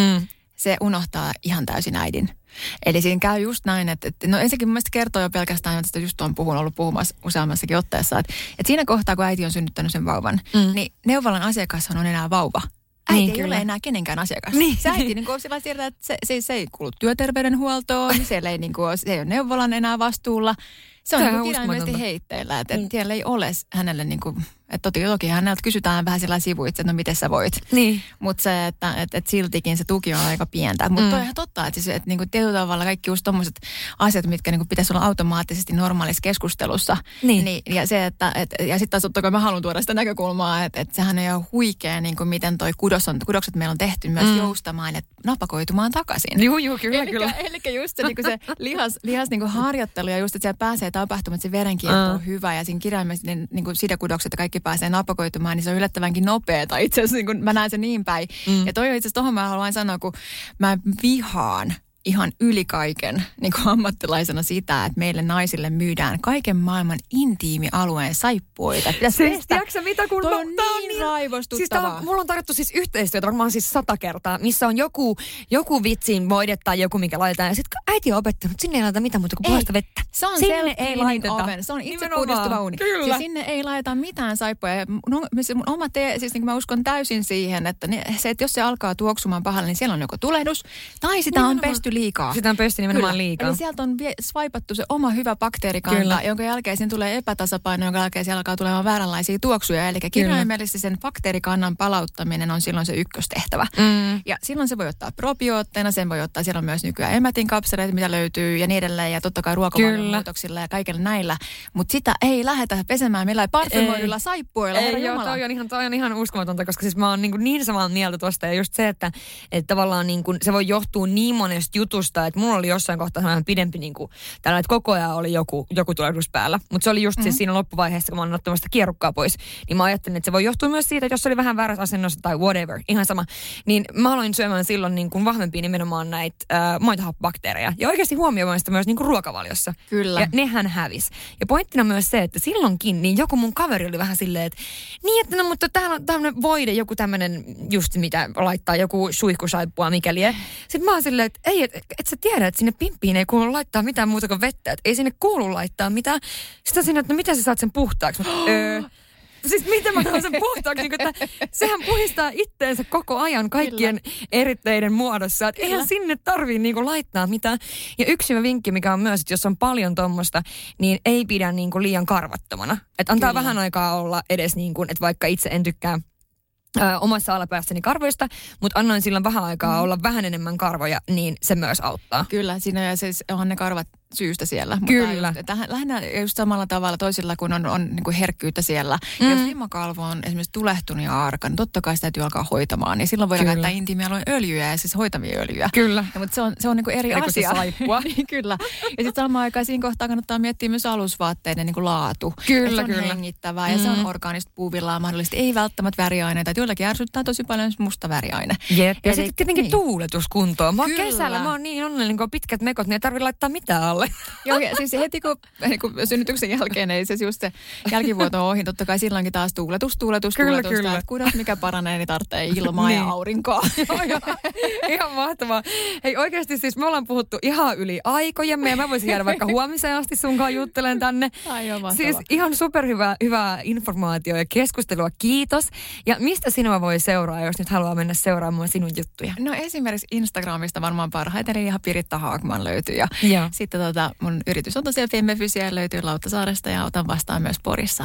se unohtaa ihan täysin äidin. Eli siinä käy just näin, että no ensinnäkin mun mielestä kertoo jo pelkästään, että just on ollut puhumassa useammassakin otteessa, että siinä kohtaa, kun äiti on synnyttänyt sen vauvan, niin neuvolan asiakashan on enää vauva. Äiti ei ole enää kenenkään asiakas. Niin. Se äiti niin sillä siirtää, että se ei kuulu työterveydenhuoltoon, niin siellä ei, niin kuin, se ei ole neuvolan enää vastuulla. Se on niin kirjaimellisesti heitteillä, että siellä ei ole hänelle niin kuin, että toki häneltä kysytään vähän sillä sivuitse, että no miten sä voit. Niin. Mutta se, että siltikin se tuki on aika pientä. Mutta toi on ihan totta, että niin kuin tietyllä tavalla kaikki just tommoset asiat, mitkä niin kuin pitäisi olla automaattisesti normaalissa keskustelussa. Niin. Ja se, ja sitten taas totta kai mä haluan tuoda sitä näkökulmaa, että sehän on ihan huikea, niin kuin miten toi kudokset meillä on tehty myös joustamaan ja napakoitumaan takaisin. Joo, kyllä. Eli just se, niin kuin se lihas niin kuin harjoittelu ja just, että siellä pääsee tapahtumaan, että se verenkierto on hyvä ja siinä kirjaimellisesti niin kuin sidekudokset ja kaikki pääsee napakoitumaan, niin se on yllättävänkin nopeata. Itse asiassa niin mä näen sen niin päin. Ja toi on itse asiassa tohon mä haluan sanoa, kun mä vihaan ihan yli kaiken niin kuin ammattilaisena sitä, että meille naisille myydään kaiken maailman intiimialueen saippuoita. Siis tiedätkö mitä, kun toi on niin raivostuttavaa. Siis mulla on tarjottu siis yhteistyötä varmaan siis 100 kertaa, missä on joku vitsin voide tai joku, mikä laitetaan. Ja sitten äiti on opettanut, sinne ei laiteta mitään muuta kuin puhasta vettä. Se on sinne ei laiteta. Oven. Se on itse puhdistuva uuni. Siis sinne ei laiteta mitään saippuja. Siis niin mä uskon täysin siihen, että jos se alkaa tuoksumaan pahalle, niin siellä on joko tulehdus tai sitä on pesty liikaa. Sitä on pesty nimenomaan liikaa. Eli sieltä on swipattu se oma hyvä bakteerikanta, jonka jälkeen siinä tulee epätasapaino, jonka jälkeen siellä alkaa tulemaan vääränlaisia tuoksuja. Eli kirjaimellisesti sen bakteerikannan palauttaminen on silloin se ykköstehtävä. Ja silloin se voi ottaa probiootteina, sen voi ottaa, siellä on myös nykyään emätin kapseleita, mitä löytyy ja niin edelleen. Ja totta kai ruokavaliomuutoksilla ja kaikilla näillä. Mutta sitä ei lähdetä pesemään millään parfymoidulla saippuilla. Toi on ihan uskomatonta, koska siis mä oon niin samaa mieltä tuosta. Ja just se, että tavallaan niin kuin, se voi johtua niin monesta jutusta, että mulla oli jossain kohtaa sellainen pidempi niin kuin tällainen, että koko ajan oli joku tulehdus päällä. Mutta se oli just siis siinä loppuvaiheessa, kun mä oon ottamasta kierrukkaa pois, niin mä ajattelin, että se voi johtua myös siitä, että jos se oli vähän väärässä asennossa tai whatever, ihan sama, niin mä aloin syömään silloin niin kuin vahvempia nimenomaan näitä maitohappobakteereja. Ja oikeasti huomioimaan sitä myös niin kuin ruokavaliossa. Kyllä. Ja nehän hävisi. Ja pointtina myös se, että silloinkin niin joku mun kaveri oli vähän silleen, että niin, että no, mutta täällä on tämmöinen voide, joku tämmöinen just mitä laittaa, joku suihkusaippua, mikäli. Sitten mä oon silleen, että ei, et sä tiedä, että sinne pimppiin ei kuulu laittaa mitään muuta kuin vettä. Että ei sinne kuulu laittaa mitään. Sitten sinne, että no miten sä saat sen puhtaaksi? Siis miten mä saan sen puhtaaksi? Niin, että sehän puhistaa itteensä koko ajan kaikkien eritteiden muodossa. Että eihän sinne tarvii niin laittaa mitään. Ja yksi hyvä vinkki, mikä on myös, että jos on paljon tommosta, niin ei pidä niin liian karvattomana. Että antaa vähän aikaa olla edes niin kuin, että vaikka itse en tykkää omassa alapäässäni karvoista, mutta annoin silloin vähän aikaa olla vähän enemmän karvoja, niin se myös auttaa. Kyllä, siinä ja siis onhan ne karvat syystä siellä. Kyllä. Mutta lähinnä just samalla tavalla toisilla, kun on niin kuin herkkyyttä siellä. Jos limakalvo on esimerkiksi tulehtunut ja arka, niin totta kai sitä täytyy alkaa hoitamaan. Niin silloin voidaan käyttää intiimialueen öljyjä ja siis hoitavia öljyjä. Kyllä. Ja, mutta se on niin kuin eri asia. Niin, kyllä. Ja sitten samaan aikaan siinä kohtaa kannattaa miettiä myös alusvaatteiden niin kuin laatu. Kyllä, se on hengittävää ja se on orgaanista puuvillaa mahdollisesti. Ei välttämättä väriaineita. Joillakin ärsyttää tosi paljon musta väriaine. Jep. Ja sitten tietenkin tuuletus kuntoon. Kesällä mä oon niin onnellinen, kun on pitkät mekot, niin ei tarvitse laittaa mitään alle. Joo, ja siis heti kun synnytyksen jälkeen, ei se just se jälkivuoto on ohi, totta kai silloinkin taas tuuletus. Kyllä. Kudos mikä paranee, niin tarvitsee ilmaa ja aurinkoa. Ihan mahtavaa. Hei oikeasti siis me ollaan puhuttu ihan yli aikojen, ja mä voisin jäädä vaikka huomiseen asti sunkaan juttelen tänne. Siis ihan superhyvää informaatio ja keskustelua, kiitos. Ja mistä sinua voi seuraa, jos nyt haluaa mennä seuraamaan sinun juttuja? No esimerkiksi Instagramista varmaan parhaiten, eli ihan Piritta Haagman löytyy. Ja sitten mun yritys on tosiaan Femmefysiä, löytyy Lauttasaaresta ja otan vastaan myös Porissa.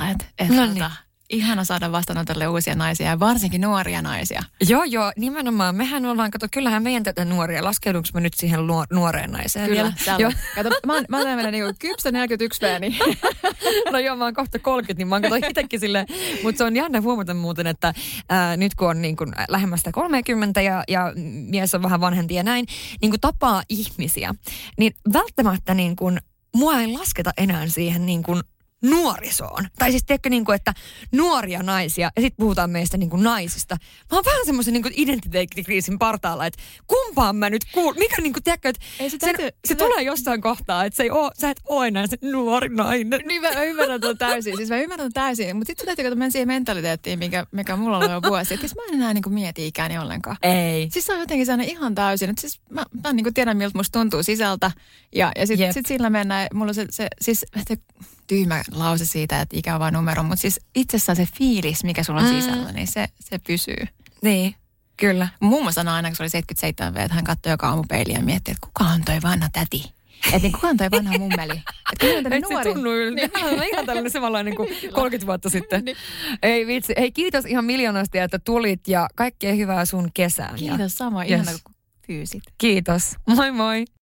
Ihana saada vastaanotolle uusia naisia ja varsinkin nuoria naisia. Joo, nimenomaan. Mehän ollaan, kyllähän meidän tätä nuoria. Laskeudunko mä nyt siihen nuoreen naiseen? Kyllä, kato, mä oon tämmöinen niin kypsä 41V, niin. No joo, mä oon kohta 30, niin mä oon itsekin silleen. Mutta se on jännä huomata muuten, että nyt kun on niin kuin lähemmästä 30 ja mies on vähän vanhempi ja näin, niin kuin tapaa ihmisiä, niin välttämättä niin kuin mua ei lasketa enää siihen niin kuin nuorisoon. Tai siis tiedätkö, niin kuin, että nuoria naisia, ja sitten puhutaan meistä niin kuin naisista. Mä oon vähän semmoisen niin kuin identiteettikriisin partaalla, että kumpaan mä nyt mikä niin kuin, tiedätkö, että se tulee jossain kohtaa, että sä et ole enää se nuori nainen. Niin mä ymmärrän ton täysin. Mutta sitten täytyy mennä siihen mentaliteettiin, mikä mulla on jo vuosi. Että mä en enää niin kuin mieti ikääni ollenkaan. Ei. Siis se on jotenkin sellainen ihan täysin. Että siis mä niin kuin tiedän, miltä musta tuntuu sisältä. Ja sit sillä mennään, mulla on se tyhmä lause siitä, että ikä on vain numero, mutta siis itsessään se fiilis, mikä sulla on sisällä, niin se pysyy. Niin, kyllä. Muun muassa aina, kun se oli 77V, että hän katsoi joka aamu peiliä ja mietti, että kuka on toi vanha täti? Että niin kuka on toi vanha mummeli? Että kuka on toi nuori? Se tunnu niin. Ihan tällainen samanlainen kuin 30 vuotta sitten. Niin. Ei vitsi. Hei, kiitos ihan miljoonasti, että tulit ja kaikkea hyvää sun kesään. Kiitos, sama. Ihana kun pyysit. Kiitos. Moi moi.